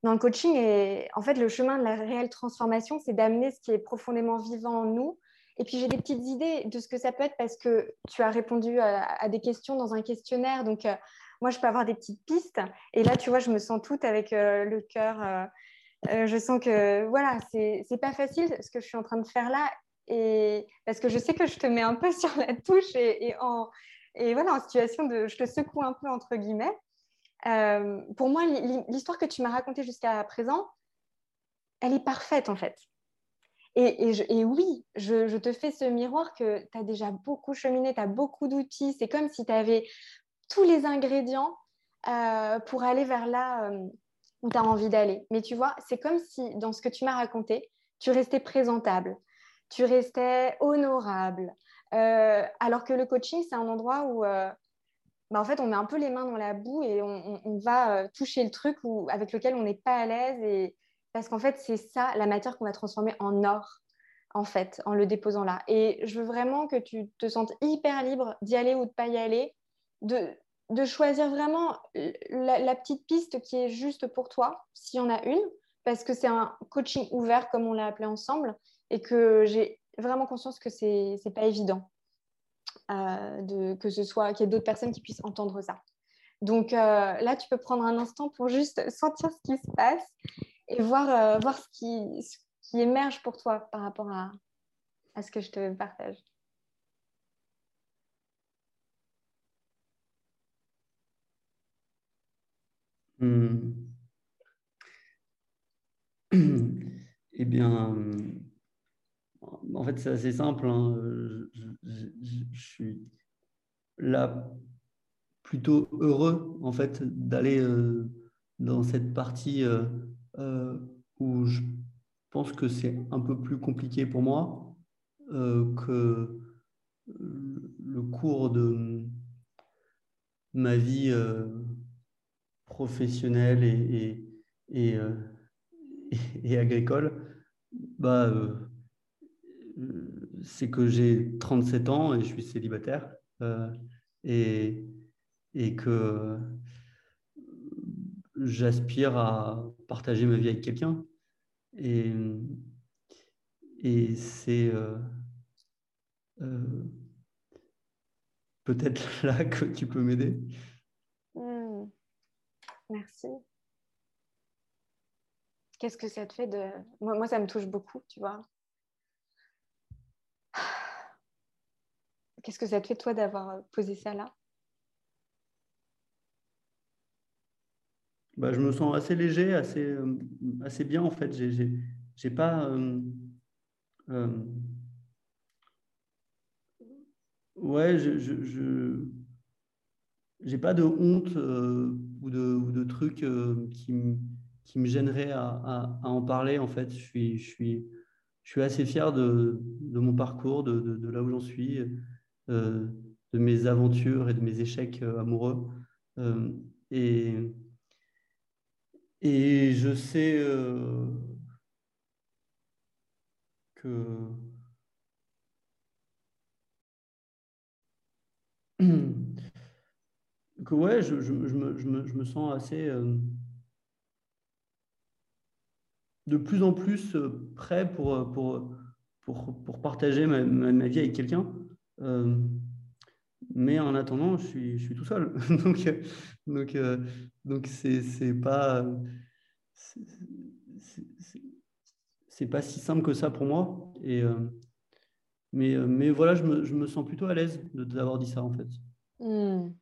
dans le coaching. Et en fait, le chemin de la réelle transformation, c'est d'amener ce qui est profondément vivant en nous. Et puis, j'ai des petites idées de ce que ça peut être parce que tu as répondu à des questions dans un questionnaire. Donc, moi, je peux avoir des petites pistes. Et là, tu vois, je me sens toute avec le cœur. Je sens que, voilà, c'est pas facile ce que je suis en train de faire là. Et parce que je sais que je te mets un peu sur la touche et voilà, en situation de... Je te secoue un peu, entre guillemets. Pour moi, l'histoire que tu m'as racontée jusqu'à présent, elle est parfaite en fait. Et oui, je te fais ce miroir que tu as déjà beaucoup cheminé, tu as beaucoup d'outils. C'est comme si tu avais tous les ingrédients pour aller vers là où tu as envie d'aller. Mais tu vois, c'est comme si dans ce que tu m'as raconté, tu restais présentable, tu restais honorable. Alors que le coaching, c'est un endroit où bah, en fait, on met un peu les mains dans la boue et on va toucher le truc avec lequel on n'est pas à l'aise. Parce qu'en fait, c'est ça, la matière qu'on va transformer en or, en fait, en le déposant là. Et je veux vraiment que tu te sentes hyper libre d'y aller ou de pas y aller, de, de choisir vraiment la petite piste qui est juste pour toi, s'il y en a une, parce que c'est un coaching ouvert, comme on l'a appelé ensemble, et que j'ai vraiment conscience que c'est pas évident que ce soit qu'il y ait d'autres personnes qui puissent entendre ça. Donc là, tu peux prendre un instant pour juste sentir ce qui se passe et voir ce qui émerge pour toi par rapport à ce que je te partage. Hmm. Eh bien, en fait, c'est assez simple, hein. Je suis là plutôt heureux en fait d'aller dans cette partie où je pense que c'est un peu plus compliqué pour moi que le cours de ma vie professionnelle et, euh, et agricole. Bah, c'est que j'ai 37 ans et je suis célibataire et, et que j'aspire à partager ma vie avec quelqu'un. Et, et c'est euh, peut-être là que tu peux m'aider. Mmh, merci. Qu'est-ce que ça te fait de... Moi, ça me touche beaucoup, tu vois. Qu'est-ce que ça te fait, toi, d'avoir posé ça là? Bah, je me sens assez léger, assez bien en fait. J'ai pas, euh, ouais, j'ai pas de honte ou de trucs qui me gêneraient à en parler. En fait, je suis assez fier de mon parcours, de là où j'en suis, euh, de mes aventures et de mes échecs amoureux. Euh, et, et je sais que, que ouais, je me sens assez de plus en plus prêt pour partager ma vie avec quelqu'un. Euh, mais en attendant, je suis tout seul. Donc, donc, euh, donc c'est pas, c'est c'est- c'est pas si simple que ça pour moi. Mais voilà, je me sens plutôt à l'aise d'avoir dit ça, en fait. Mmh,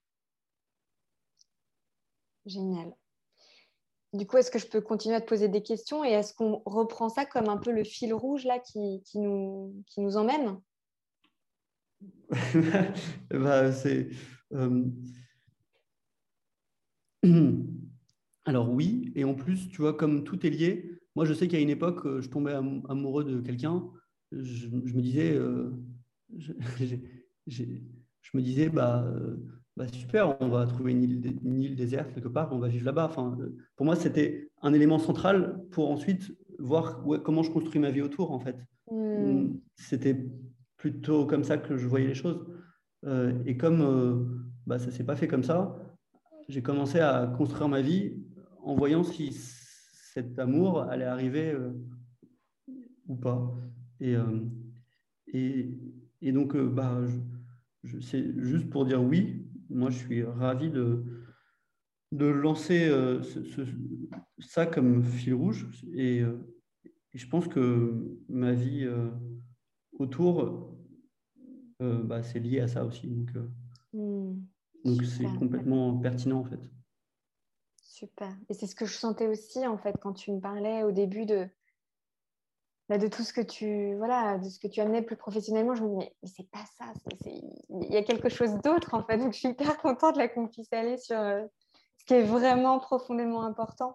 génial. Du coup, est-ce que je peux continuer à te poser des questions et est-ce qu'on reprend ça comme un peu le fil rouge là qui nous emmène? Bah, c'est, euh, alors oui, et en plus, tu vois, comme tout est lié, moi je sais qu'à une époque, je tombais amoureux de quelqu'un, je me disais, je, j'ai- je me disais, bah, super, on va trouver une île déserte quelque part, on va vivre là-bas. Enfin, pour moi, c'était un élément central pour ensuite voir comment je construis ma vie autour, en fait. Hmm. C'était plutôt comme ça que je voyais les choses. Et comme bah, ça ne s'est pas fait comme ça, j'ai commencé à construire ma vie en voyant cet amour allait arriver ou pas. Et, et donc, c'est juste pour dire oui, moi je suis ravi de lancer ça comme fil rouge. Et je pense que ma vie autour, c'est lié à ça aussi. Donc c'est Super. complètement pertinent en fait. Super. Et c'est ce que je sentais aussi, en fait, quand tu me parlais au début de tout ce que de ce que tu amenais plus professionnellement. Je me dis, mais c'est pas ça. Il y a quelque chose d'autre, en fait. Donc, je suis hyper contente là, qu'on puisse aller sur ce qui est vraiment profondément important.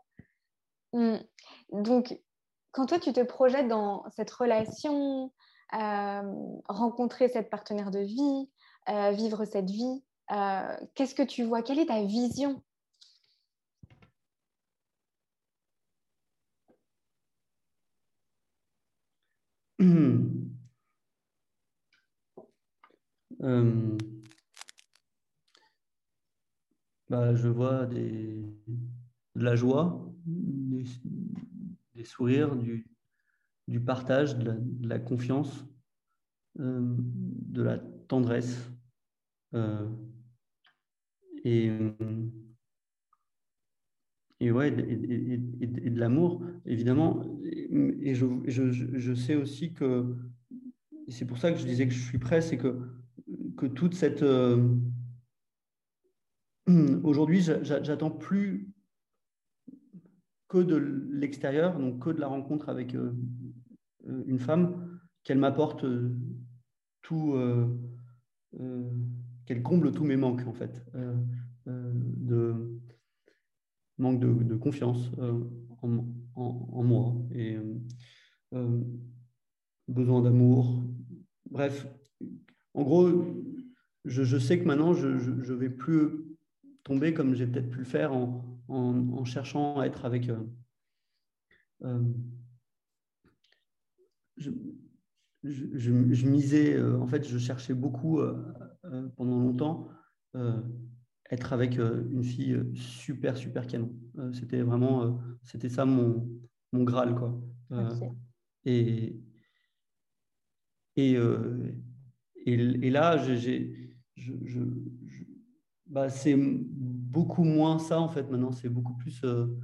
Donc, quand toi, tu te projettes dans cette relation, rencontrer cette partenaire de vie, vivre cette vie, qu'est-ce que tu vois? Quelle est ta vision? Je vois de la joie, des sourires, du partage, de la confiance, de la tendresse et, ouais, et de l'amour, évidemment. Et je sais aussi que, et c'est pour ça que je disais que je suis prêt, c'est que toute cette... aujourd'hui, j'attends plus que de l'extérieur, donc que de la rencontre avec une femme, qu'elle m'apporte tout, qu'elle comble tous mes manques, en fait, de manque de confiance en moi et besoin d'amour. Bref, en gros, je sais que maintenant, je ne vais plus tomber comme j'ai peut-être pu le faire en cherchant à être avec... je, je misais, en fait, je cherchais beaucoup pendant longtemps être avec une fille super, super canon. C'était vraiment, c'était ça mon Graal, quoi. Ok. Et, et, euh, et là, c'est beaucoup moins ça, en fait, maintenant. C'est beaucoup plus...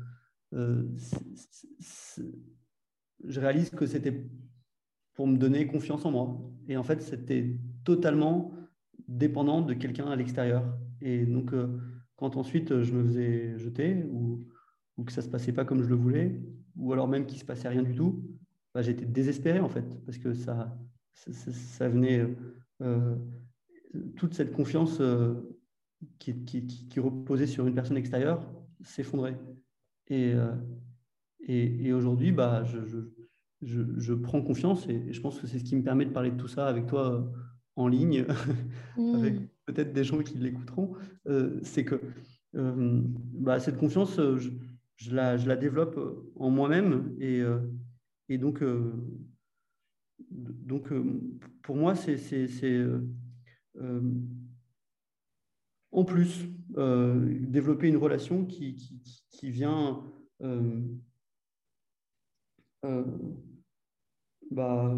je réalise que c'était pour me donner confiance en moi. Et en fait, c'était totalement dépendant de quelqu'un à l'extérieur. Et donc, quand ensuite je me faisais jeter ou que ça ne se passait pas comme je le voulais, ou alors même qu'il ne se passait rien du tout, j'étais désespéré en fait, parce que ça venait, euh, toute cette confiance qui reposait sur une personne extérieure s'effondrait. Et, et aujourd'hui, je prends confiance et je pense que c'est ce qui me permet de parler de tout ça avec toi en ligne, avec peut-être des gens qui l'écouteront. C'est que cette confiance, je la développe en moi-même et donc pour moi, c'est en plus développer une relation qui vient euh, bah,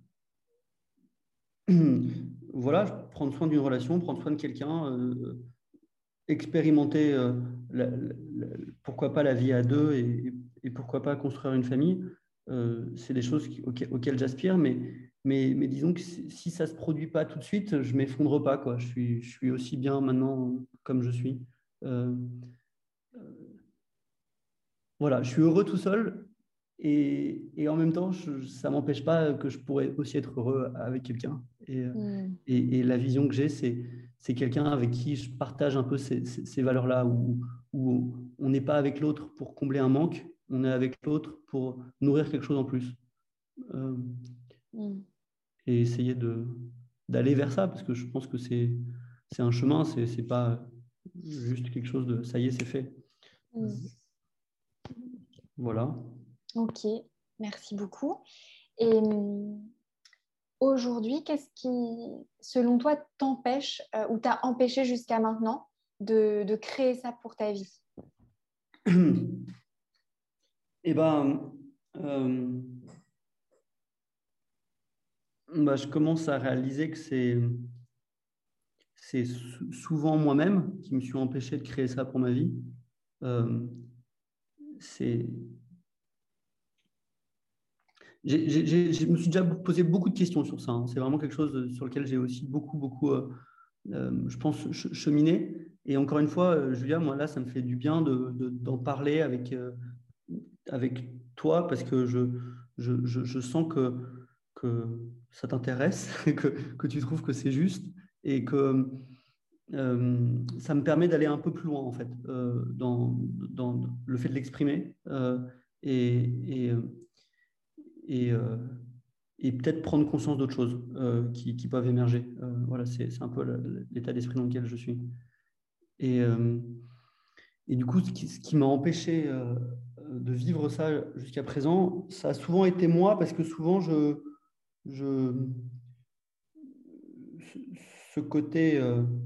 voilà, prendre soin d'une relation, prendre soin de quelqu'un, expérimenter, pourquoi pas la vie à deux et pourquoi pas construire une famille. C'est des choses auxquelles j'aspire, mais disons que si ça ne se produit pas tout de suite, je ne m'effondre pas, quoi. Je suis aussi bien maintenant comme je suis. Euh, voilà, je suis heureux tout seul et en même temps, ça ne m'empêche pas que je pourrais aussi être heureux avec quelqu'un. Et la vision que j'ai, c'est quelqu'un avec qui je partage un peu ces valeurs-là, où on n'est pas avec l'autre pour combler un manque, on est avec l'autre pour nourrir quelque chose en plus. Et essayer d'aller vers ça, parce que je pense que c'est un chemin, c'est pas juste quelque chose de ça y est, c'est fait. Voilà. Ok, merci beaucoup. Et aujourd'hui, qu'est-ce qui, selon toi, t'empêche ou t'a empêché jusqu'à maintenant de créer ça pour ta vie? Eh ben, je commence à réaliser que c'est souvent moi-même qui me suis empêché de créer ça pour ma vie. C'est je me suis déjà posé beaucoup de questions sur ça, hein. C'est vraiment quelque chose sur lequel j'ai aussi beaucoup, je pense, cheminé. Et encore une fois, Julia, moi, là, ça me fait du bien d'en parler avec toi parce que je sens que ça t'intéresse, que tu trouves que c'est juste et que ça me permet d'aller un peu plus loin, en fait, dans le fait de l'exprimer et, et, euh, et peut-être prendre conscience d'autres choses qui peuvent émerger. Voilà, c'est un peu l'état d'esprit dans lequel je suis. Et, euh, et du coup, ce qui m'a empêché de vivre ça jusqu'à présent, ça a souvent été moi, parce que souvent, je, ce côté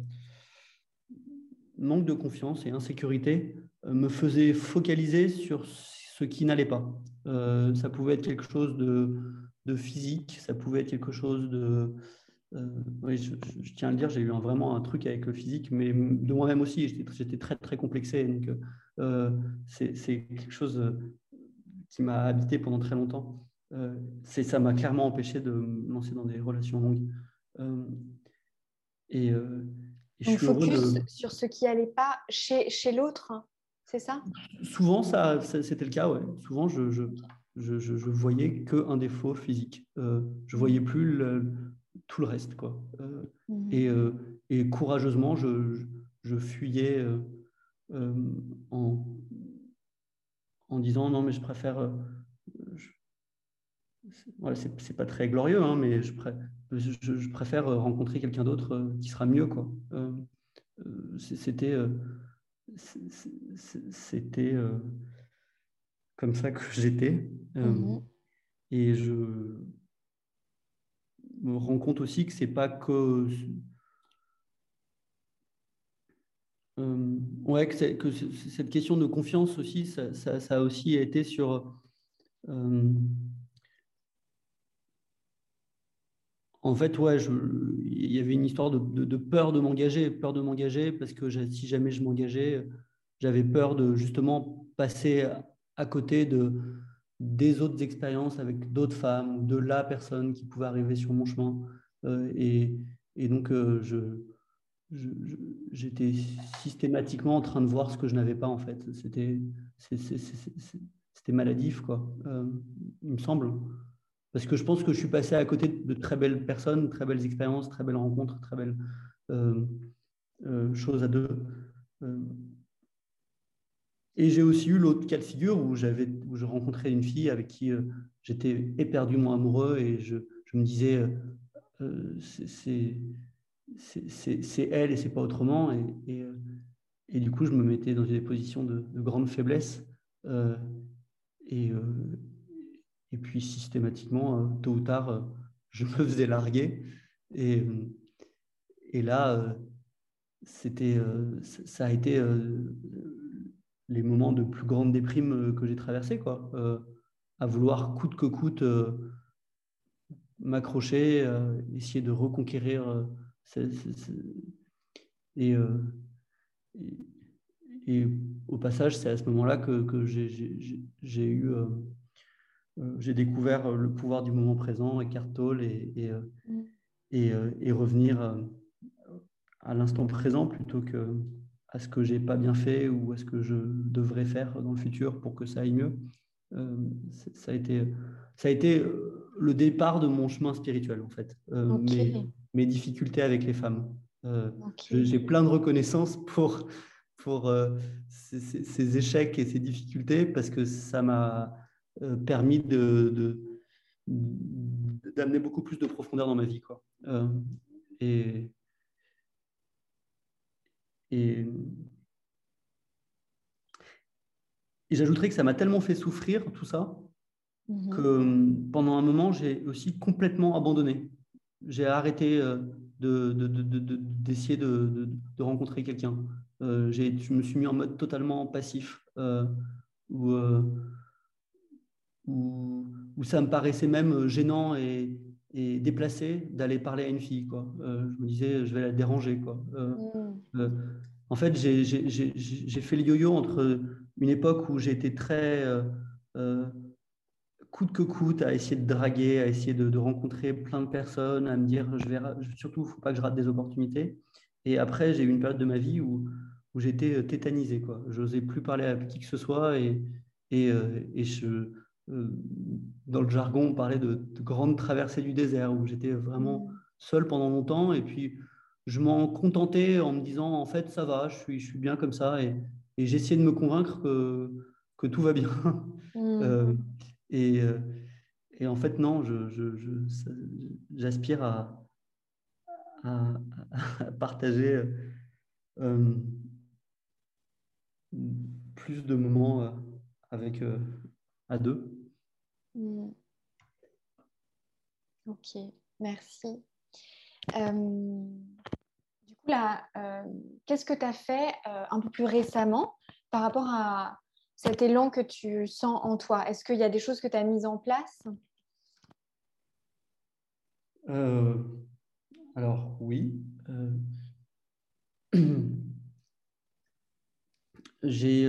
manque de confiance et insécurité me faisait focaliser sur ce qui n'allait pas. Ça pouvait être quelque chose de physique, ça pouvait être quelque chose de... oui, je tiens à le dire, j'ai eu vraiment un truc avec le physique, mais de moi-même aussi, j'étais très complexé. Donc, c'est quelque chose qui m'a habité pendant très longtemps. Ça m'a clairement empêché de me lancer dans des relations longues. Euh, et, euh, et je Donc, suis heureux focus de... sur ce qui n'allait pas chez l'autre, hein, c'est ça? Souvent, c'était le cas, ouais. Souvent, je voyais qu'un défaut physique. Je voyais plus tout le reste, quoi. Et, euh, et courageusement, je fuyais euh, en, en disant non, mais je préfère. Je- voilà, c'est pas très glorieux, hein, mais je préfère rencontrer quelqu'un d'autre qui sera mieux, quoi. C'était c'était comme ça que j'étais. Mhm. Et je me rends compte aussi que c'est pas que ouais cette question de confiance aussi, ça a aussi été sur en fait, ouais, il y avait une histoire de peur de m'engager parce que si jamais je m'engageais, j'avais peur de justement passer à côté des autres expériences avec d'autres femmes ou de la personne qui pouvait arriver sur mon chemin. Et donc, j'étais systématiquement en train de voir ce que je n'avais pas en fait. C'était maladif, quoi, il me semble. Parce que je pense que je suis passé à côté de très belles personnes, très belles expériences, très belles rencontres, très belles euh, choses à deux. Euh, et j'ai aussi eu l'autre cas de figure où je rencontrais une fille avec qui j'étais éperdument amoureux et je me disais c'est elle et c'est pas autrement. Et du coup, je me mettais dans des positions de grande faiblesse. Euh, et, euh, et puis, systématiquement, tôt ou tard, je me faisais larguer. Et, et là, ça a été les moments de plus grande déprime que j'ai traversés, quoi. À vouloir coûte que coûte m'accrocher, essayer de reconquérir. Et, euh, et, et au passage, c'est à ce moment-là que j'ai eu, j'ai découvert le pouvoir du moment présent, Eckhart Tolle, et revenir à l'instant présent plutôt que à ce que j'ai pas bien fait ou à ce que je devrais faire dans le futur pour que ça aille mieux. Euh, ça a été le départ de mon chemin spirituel, en fait. Ok, Mes difficultés avec les femmes. ok. J'ai plein de reconnaissance pour ces échecs et ces difficultés parce que ça m'a permis d'amener beaucoup plus de profondeur dans ma vie, quoi. Et, et, et j'ajouterais que ça m'a tellement fait souffrir, tout ça, que Mhm. pendant un moment, j'ai aussi complètement abandonné. J'ai arrêté d'essayer de rencontrer quelqu'un. Je me suis mis en mode totalement passif, où où ça me paraissait même gênant et déplacé d'aller parler à une fille, quoi. Je me disais, je vais la déranger, quoi. Euh, En fait, j'ai fait le yo-yo entre une époque où j'étais très euh, coûte que coûte à essayer de draguer, à essayer de rencontrer plein de personnes, à me dire, surtout, il ne faut pas que je rate des opportunités. Et après, j'ai eu une période de ma vie où j'étais tétanisé, quoi. Je n'osais plus parler à qui que ce soit et dans le jargon, on parlait de grandes traversées du désert où j'étais vraiment seul pendant longtemps. Et puis, je m'en contentais en me disant, en fait, ça va, je suis bien comme ça. Et j'essayais de me convaincre que tout va bien. Euh, et, euh, et en fait, non, j'aspire à- à partager euh, plus de moments avec à deux. Ok, merci. Du coup, là, qu'est-ce que tu as fait un peu plus récemment par rapport à cet élan que tu sens en toi? Est-ce qu'il y a des choses que tu as mises en place? Euh, alors, oui. J'ai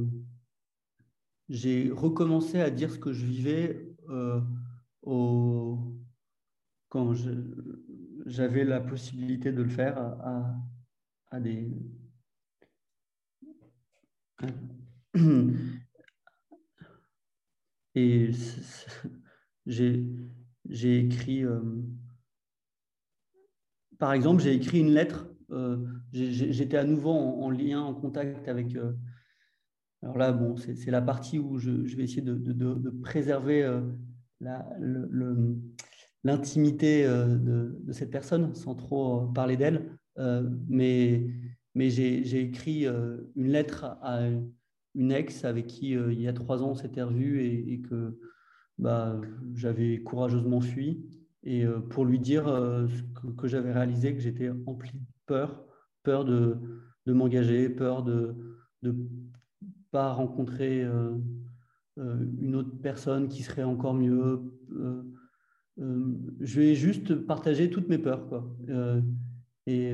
j'ai recommencé à dire ce que je vivais au, quand j'avais la possibilité de le faire à des. Et j'ai j'ai écrit, par exemple, j'ai écrit une lettre. J'étais à nouveau en lien, en contact avec. Alors là, bon, c'est la partie où je vais essayer de préserver l'intimité de cette personne sans trop parler d'elle. Mais j'ai écrit une lettre à une ex avec qui, il y a 3 ans, on s'était revus et que bah, j'avais courageusement fui. Et pour lui dire que j'avais réalisé que j'étais empli de peur de m'engager, peur de pas rencontrer une autre personne qui serait encore mieux. Je vais juste partager toutes mes peurs, quoi. Et,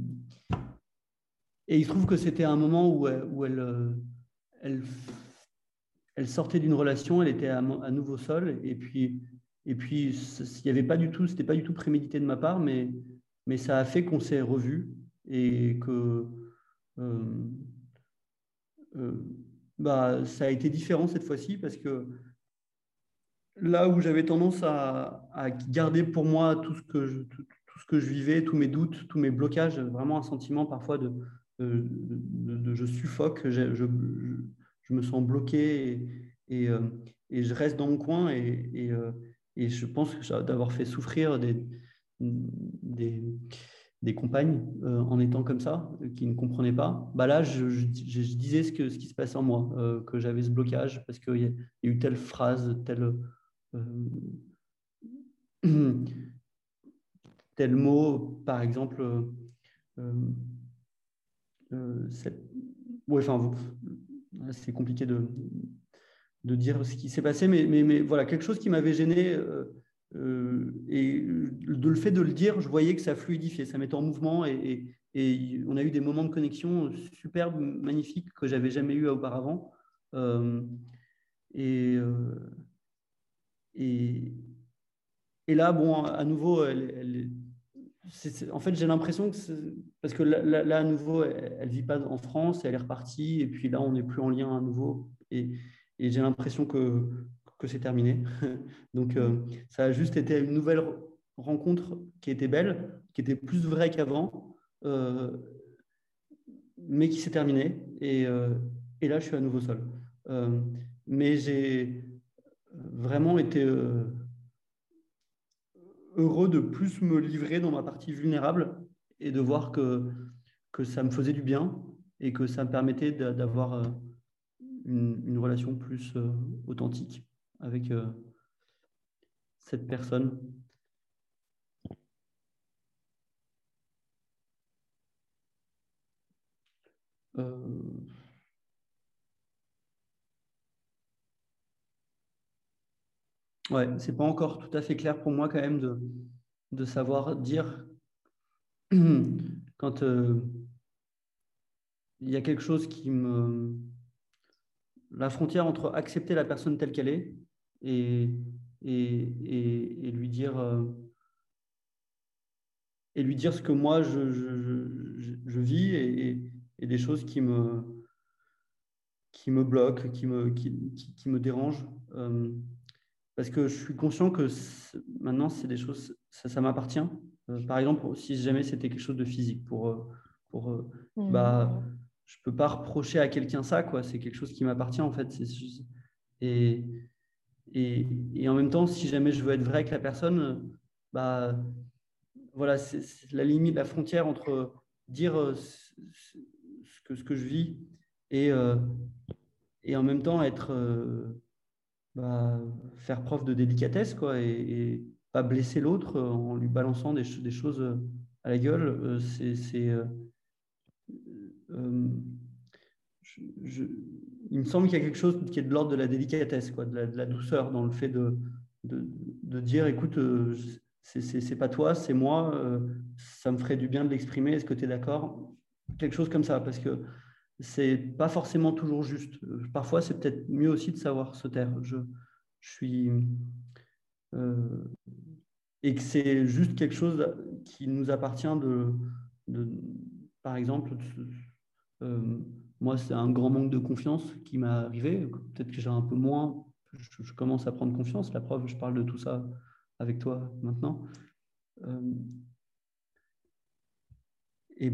et il se trouve que c'était un moment elle, elle sortait d'une relation, elle était à nouveau seule, et puis il y avait pas du tout, c'était pas du tout prémédité de ma part, mais ça a fait qu'on s'est revus et que euh, euh, bah, ça a été différent cette fois-ci parce que là où j'avais tendance à garder pour moi tout ce que je vivais, tous mes doutes, tous mes blocages, vraiment un sentiment parfois de je suffoque, je me sens bloqué et je reste dans mon coin et je pense d'avoir fait souffrir des, des compagnes en étant comme ça, qui ne comprenaient pas. Bah là, je disais ce qui se passait en moi, que j'avais ce blocage parce qu'il y a eu telle phrase, euh, tel mot, par exemple, euh, cette... ouais, enfin, c'est compliqué de dire ce qui s'est passé, mais voilà, quelque chose qui m'avait gêné, et de le fait de le dire, je voyais que ça fluidifiait, ça mettait en mouvement, et on a eu des moments de connexion superbes, magnifiques, que j'avais jamais eu auparavant. Euh, et, euh, et, et là, bon, à nouveau, en fait, j'ai l'impression que parce que là, à nouveau, elle vit pas en France, elle est repartie, et puis là, on n'est plus en lien à nouveau, et j'ai l'impression que c'est terminé. Donc, ça a juste été une nouvelle rencontre qui était belle, qui était plus vraie qu'avant, euh, mais qui s'est terminée, et là, je suis à nouveau seul. Euh, mais j'ai vraiment été heureux de plus me livrer dans ma partie vulnérable et de voir que ça me faisait du bien et que ça me permettait d'avoir une relation plus authentique avec cette personne. Euh, Ouais, c'est pas encore tout à fait clair pour moi quand même de savoir dire quand il y a quelque chose qui me... La frontière entre accepter la personne telle qu'elle est et, et lui dire... et lui dire ce que moi je vis et des choses qui me bloquent, qui me dérangent. Parce que je suis conscient que maintenant, c'est des choses, ça m'appartient. Par exemple, si jamais c'était quelque chose de physique, bah, je ne peux pas reprocher à quelqu'un ça, quoi. C'est quelque chose qui m'appartient, en fait. Et, et en même temps, si jamais je veux être vrai avec la personne, bah, voilà, c'est la limite, la frontière entre dire ce que je vis et, euh, et en même temps être, bah, faire preuve de délicatesse, quoi, et pas blesser l'autre en lui balançant des choses à la gueule. Euh, je- il me semble qu'il y a quelque chose qui est de l'ordre de la délicatesse, quoi, de la douceur dans le fait de dire, écoute, c'est pas toi, c'est moi, ça me ferait du bien de l'exprimer, est-ce que tu es d'accord? Quelque chose comme ça, parce que c'est pas forcément toujours juste. Parfois, c'est peut-être mieux aussi de savoir se taire. Je suis... euh, et que c'est juste quelque chose qui nous appartient de par exemple, euh, moi, c'est un grand manque de confiance qui m'est arrivé. Peut-être que j'ai un peu moins, je commence à prendre confiance. La preuve, je parle de tout ça avec toi maintenant. Euh, et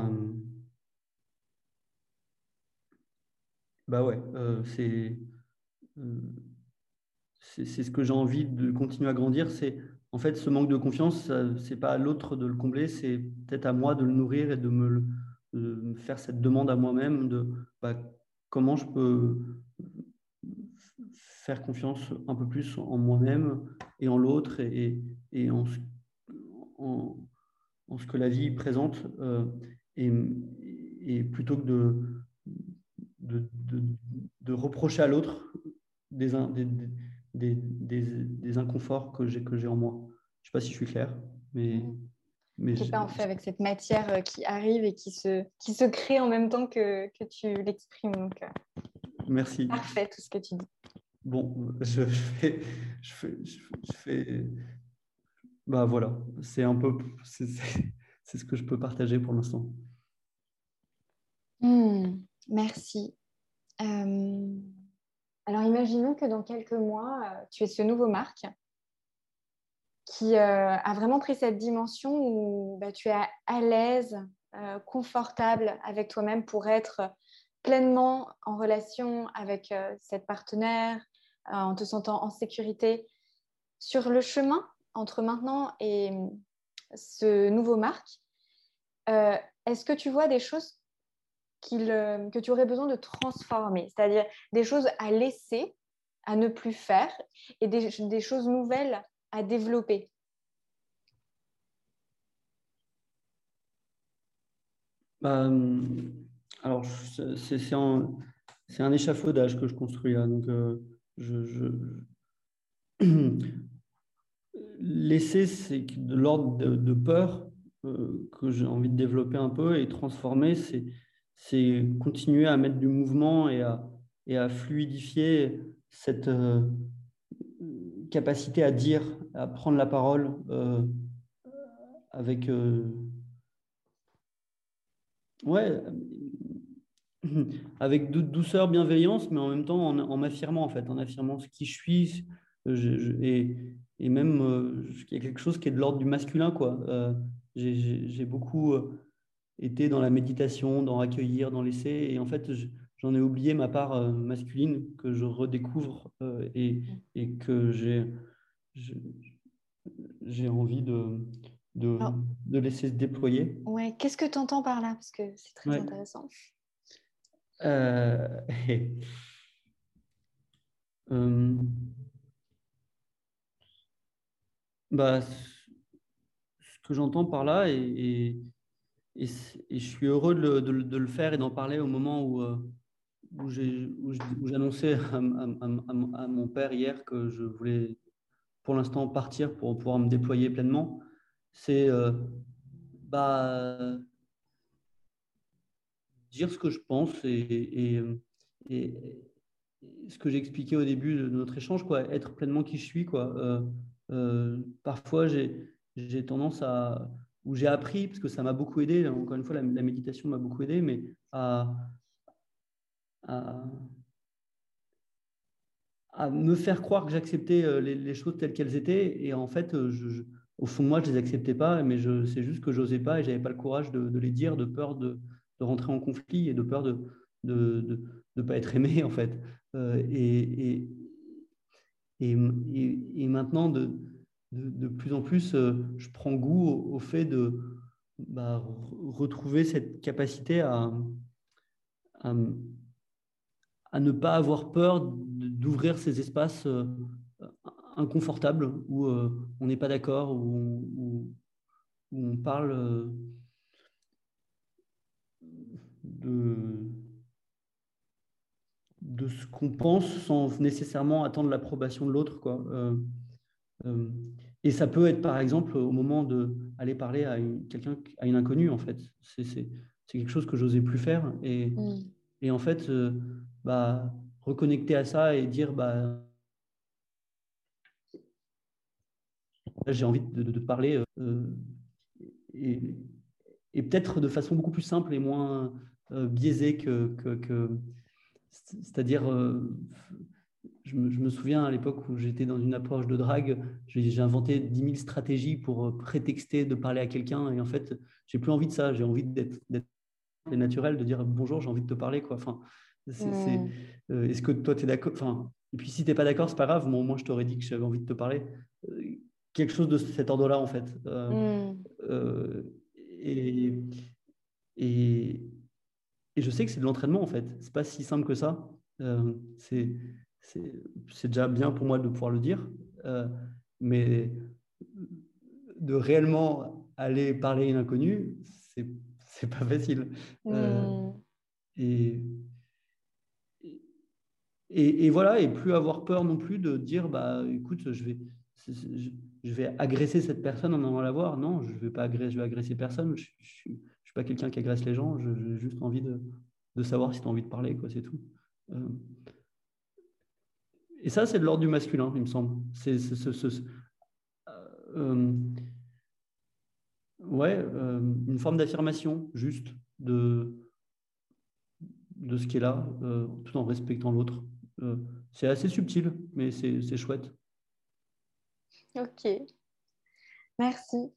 bah ouais, euh, c'est ce que j'ai envie de continuer à grandir. C'est en fait ce manque de confiance, c'est pas à l'autre de le combler, c'est peut-être à moi de le nourrir et de me faire cette demande à moi-même de bah, comment je peux faire confiance un peu plus en moi-même et en l'autre et en, en ce que la vie présente et, et plutôt que de, de reprocher à l'autre des, des inconforts que j'ai en moi. Je ne sais pas si je suis clair, mais Qui n'est pas en fait avec cette matière qui arrive et qui se crée en même temps que tu l'exprimes. Donc, merci. parfait tout ce que tu dis. Bon, je fais bah voilà, c'est un peu, c'est ce que je peux partager pour l'instant. Merci. Alors, imaginons que dans quelques mois, tu es ce nouveau Marc qui a vraiment pris cette dimension où bah, tu es à l'aise, confortable avec toi-même pour être pleinement en relation avec cette partenaire, en te sentant en sécurité. Sur le chemin entre maintenant et ce nouveau Marc, euh, est-ce que tu vois des choses que tu aurais besoin de transformer, c'est-à-dire des choses à laisser, à ne plus faire, et des choses nouvelles à développer? Bah, alors, c'est un échafaudage que je construis là. Donc, laisser, c'est de l'ordre de peur que j'ai envie de développer un peu et transformer, c'est continuer à mettre du mouvement et à fluidifier cette capacité à dire, à prendre la parole avec, ouais, avec douceur, bienveillance, mais en même temps en m'affirmant, en fait, en affirmant ce qui je suis. Et même, il y a quelque chose qui est de l'ordre du masculin, quoi. J'ai beaucoup été dans la méditation, dans accueillir, dans laisser, et en fait, j'en ai oublié ma part masculine que je redécouvre et que je- j'ai envie Alors, de laisser se déployer. ouais, qu'est-ce que tu entends par là? Parce que c'est très Ouais. intéressant. Euh, euh, bah, ce que j'entends par là, et je suis heureux de le faire et d'en parler au moment où j'annonçais à mon père hier que je voulais pour l'instant partir pour pouvoir me déployer pleinement, c'est bah, dire ce que je pense et ce que j'ai expliqué au début de notre échange, quoi, être pleinement qui je suis, quoi. Parfois, j'ai tendance à, ou j'ai appris, parce que ça m'a beaucoup aidé, encore une fois, la méditation m'a beaucoup aidé, mais à, à me faire croire que j'acceptais les choses telles qu'elles étaient. Et en fait, au fond de moi, je ne les acceptais pas, mais c'est juste que je n'osais pas et je n'avais pas le courage de les dire, de peur de rentrer en conflit et de peur de ne pas être aimé, en fait. Et maintenant, de plus en plus, je prends goût au fait de retrouver cette capacité à, à ne pas avoir peur d'ouvrir ces espaces inconfortables où on n'est pas d'accord, où on parle de, de ce qu'on pense sans nécessairement attendre l'approbation de l'autre, quoi. Euh, et ça peut être, par exemple, au moment d'aller parler à quelqu'un, à une inconnue, en fait. C'est quelque chose que j'osais plus faire. Et en fait, reconnecter à ça et dire, j'ai envie de te parler et, et peut-être de façon beaucoup plus simple et moins biaisée c'est-à-dire, je me souviens à l'époque où j'étais dans une approche de drague, j'ai inventé 10 000 stratégies pour prétexter de parler à quelqu'un et en fait, j'ai plus envie de ça, j'ai envie d'être naturel, de dire bonjour, j'ai envie de te parler, quoi. Enfin, est-ce que toi, tu es d'accord? Enfin, et puis si tu n'es pas d'accord, c'est pas grave, moi je t'aurais dit que j'avais envie de te parler. Quelque chose de cet ordre-là, en fait. Et, et, et je sais que c'est de l'entraînement, en fait. C'est pas si simple que ça. C'est déjà bien pour moi de pouvoir le dire. Mais de réellement aller parler à une inconnue, c'est pas facile. Et, et voilà, et plus avoir peur non plus de dire, écoute, je vais agresser cette personne en allant la voir. Non, je vais agresser personne. Je suis pas quelqu'un qui agresse les gens. J'ai juste envie de savoir si tu as envie de parler, quoi, c'est tout. Et ça, c'est de l'ordre du masculin, il me semble. Euh, une forme d'affirmation juste de ce qui est là, tout en respectant l'autre. C'est assez subtil, mais c'est chouette. Ok, merci.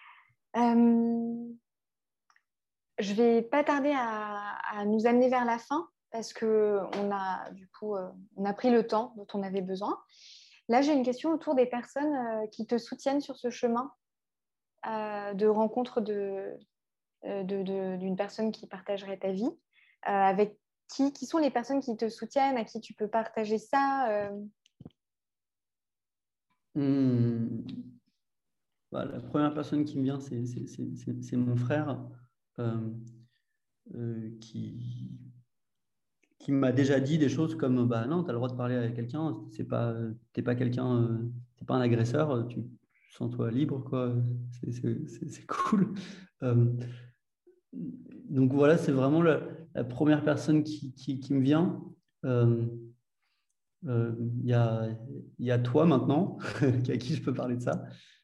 Je vais pas tarder à nous amener vers la fin parce que on a pris le temps dont on avait besoin. Là, j'ai une question autour des personnes qui te soutiennent sur ce chemin de rencontre d'une personne qui partagerait ta vie. Avec qui sont les personnes qui te soutiennent, à qui tu peux partager ça La première personne qui me vient, c'est mon frère qui m'a déjà dit des choses comme non, tu as le droit de parler à quelqu'un, t'es pas quelqu'un, t'es pas un agresseur, tu sens-toi libre, quoi. C'est cool. Donc voilà, c'est vraiment la première personne qui me vient. Il y a toi maintenant, à qui je peux parler de ça.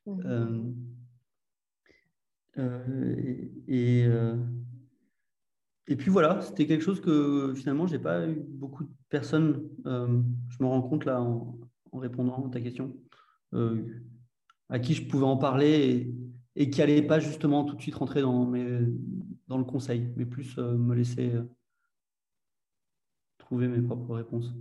Et puis voilà, c'était quelque chose que finalement, j'ai pas eu beaucoup de personnes, je me rends compte là en répondant à ta question, à qui je pouvais en parler et qui n'allaient pas justement tout de suite rentrer dans le conseil, mais plus me laisser trouver mes propres réponses.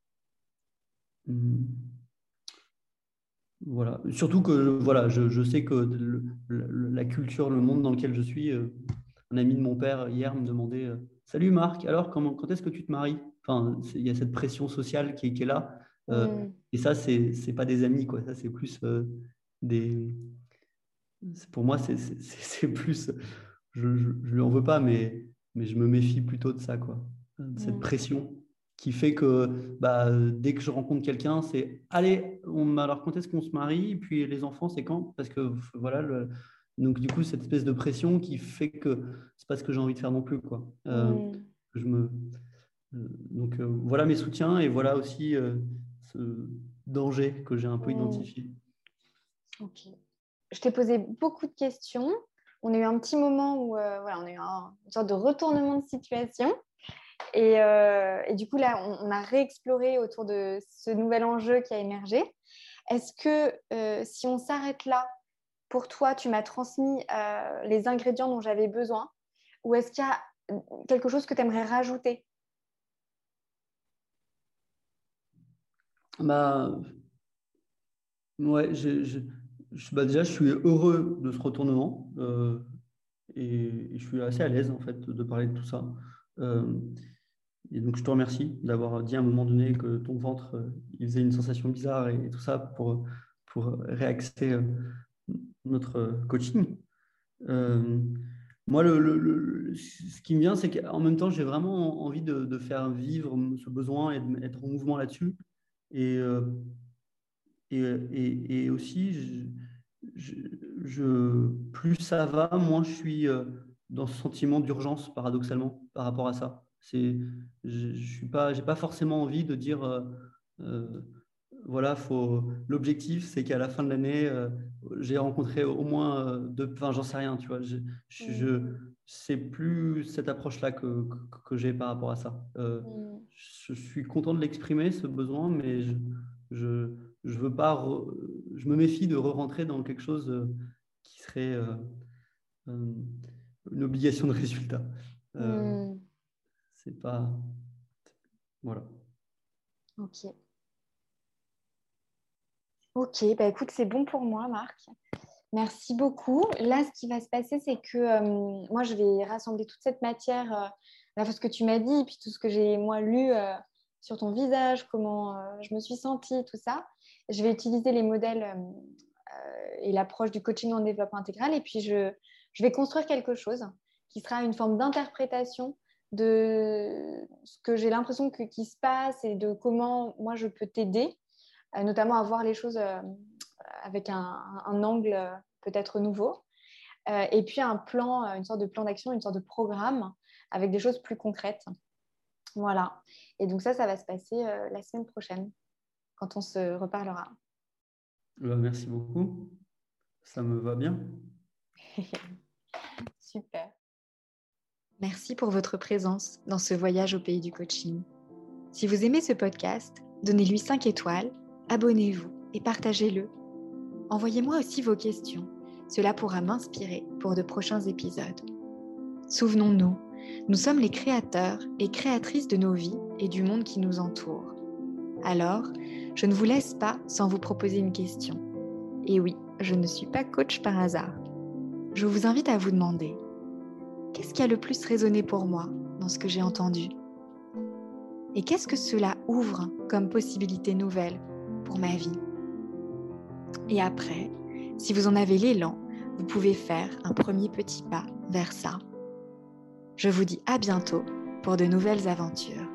Voilà. Surtout que voilà, je sais que la culture, le monde dans lequel je suis, un ami de mon père hier me demandait Salut Marc, alors quand est-ce que tu te maries? Enfin, il y a cette pression sociale qui est là. Et ça, c'est pas des amis, quoi. Ça, c'est plus des. Pour moi, c'est plus. Je lui en veux pas, mais je me méfie plutôt de ça, quoi. De cette pression. qui fait que dès que je rencontre quelqu'un, c'est allez, alors quand est-ce qu'on se marie? Et puis les enfants, c'est quand? Parce que voilà, donc du coup, cette espèce de pression qui fait que c'est pas ce que j'ai envie de faire non plus, quoi. Je me... Donc voilà mes soutiens et voilà aussi ce danger que j'ai un peu identifié. Ok. Je t'ai posé beaucoup de questions. On a eu un petit moment où on a eu une sorte de retournement de situation. Et du coup, là, on a réexploré autour de ce nouvel enjeu qui a émergé. Est-ce que si on s'arrête là, pour toi, tu m'as transmis les ingrédients dont j'avais besoin, ou est-ce qu'il y a quelque chose que tu aimerais rajouter? Ouais, déjà, je suis heureux de ce retournement et je suis assez à l'aise en fait de parler de tout ça. Et donc, je te remercie d'avoir dit à un moment donné que ton ventre, il faisait une sensation bizarre et tout ça pour réaxer notre coaching. Moi, ce qui me vient, c'est qu'en même temps, j'ai vraiment envie de faire vivre ce besoin et d'être en mouvement là-dessus. Et, et aussi, plus ça va, moins je suis dans ce sentiment d'urgence, paradoxalement, par rapport à ça. J'ai pas forcément envie de dire, euh, voilà, l'objectif, c'est qu'à la fin de l'année, j'ai rencontré au moins deux, enfin, j'en sais rien, tu vois. C'est plus cette approche-là que j'ai par rapport à ça. Je suis content de l'exprimer, ce besoin, mais je, je veux pas, je me méfie de re-rentrer dans quelque chose qui serait une obligation de résultat. C'est pas, voilà. Ok. Ok, bah écoute, c'est bon pour moi, Marc. Merci beaucoup. Là, ce qui va se passer, c'est que moi, je vais rassembler toute cette matière, ce que tu m'as dit, puis tout ce que j'ai, moi, lu sur ton visage, comment je me suis sentie, tout ça. Je vais utiliser les modèles et l'approche du coaching en développement intégral, et puis je vais construire quelque chose qui sera une forme d'interprétation de ce que j'ai l'impression qui se passe et de comment moi, je peux t'aider, notamment à voir les choses avec un angle peut-être nouveau. Et puis un plan, une sorte de plan d'action, une sorte de programme avec des choses plus concrètes. Voilà. Et donc ça va se passer la semaine prochaine, quand on se reparlera. Merci beaucoup. Ça me va bien. Super. Merci pour votre présence dans ce voyage au pays du coaching. Si vous aimez ce podcast, donnez-lui 5 étoiles, abonnez-vous et partagez-le. Envoyez-moi aussi vos questions. Cela pourra m'inspirer pour de prochains épisodes. Souvenons-nous, nous sommes les créateurs et créatrices de nos vies et du monde qui nous entoure. Alors, je ne vous laisse pas sans vous proposer une question. Et oui, je ne suis pas coach par hasard. Je vous invite à vous demander, qu'est-ce qui a le plus résonné pour moi dans ce que j'ai entendu? Et qu'est-ce que cela ouvre comme possibilité nouvelle pour ma vie? Et après, si vous en avez l'élan, vous pouvez faire un premier petit pas vers ça. Je vous dis à bientôt pour de nouvelles aventures.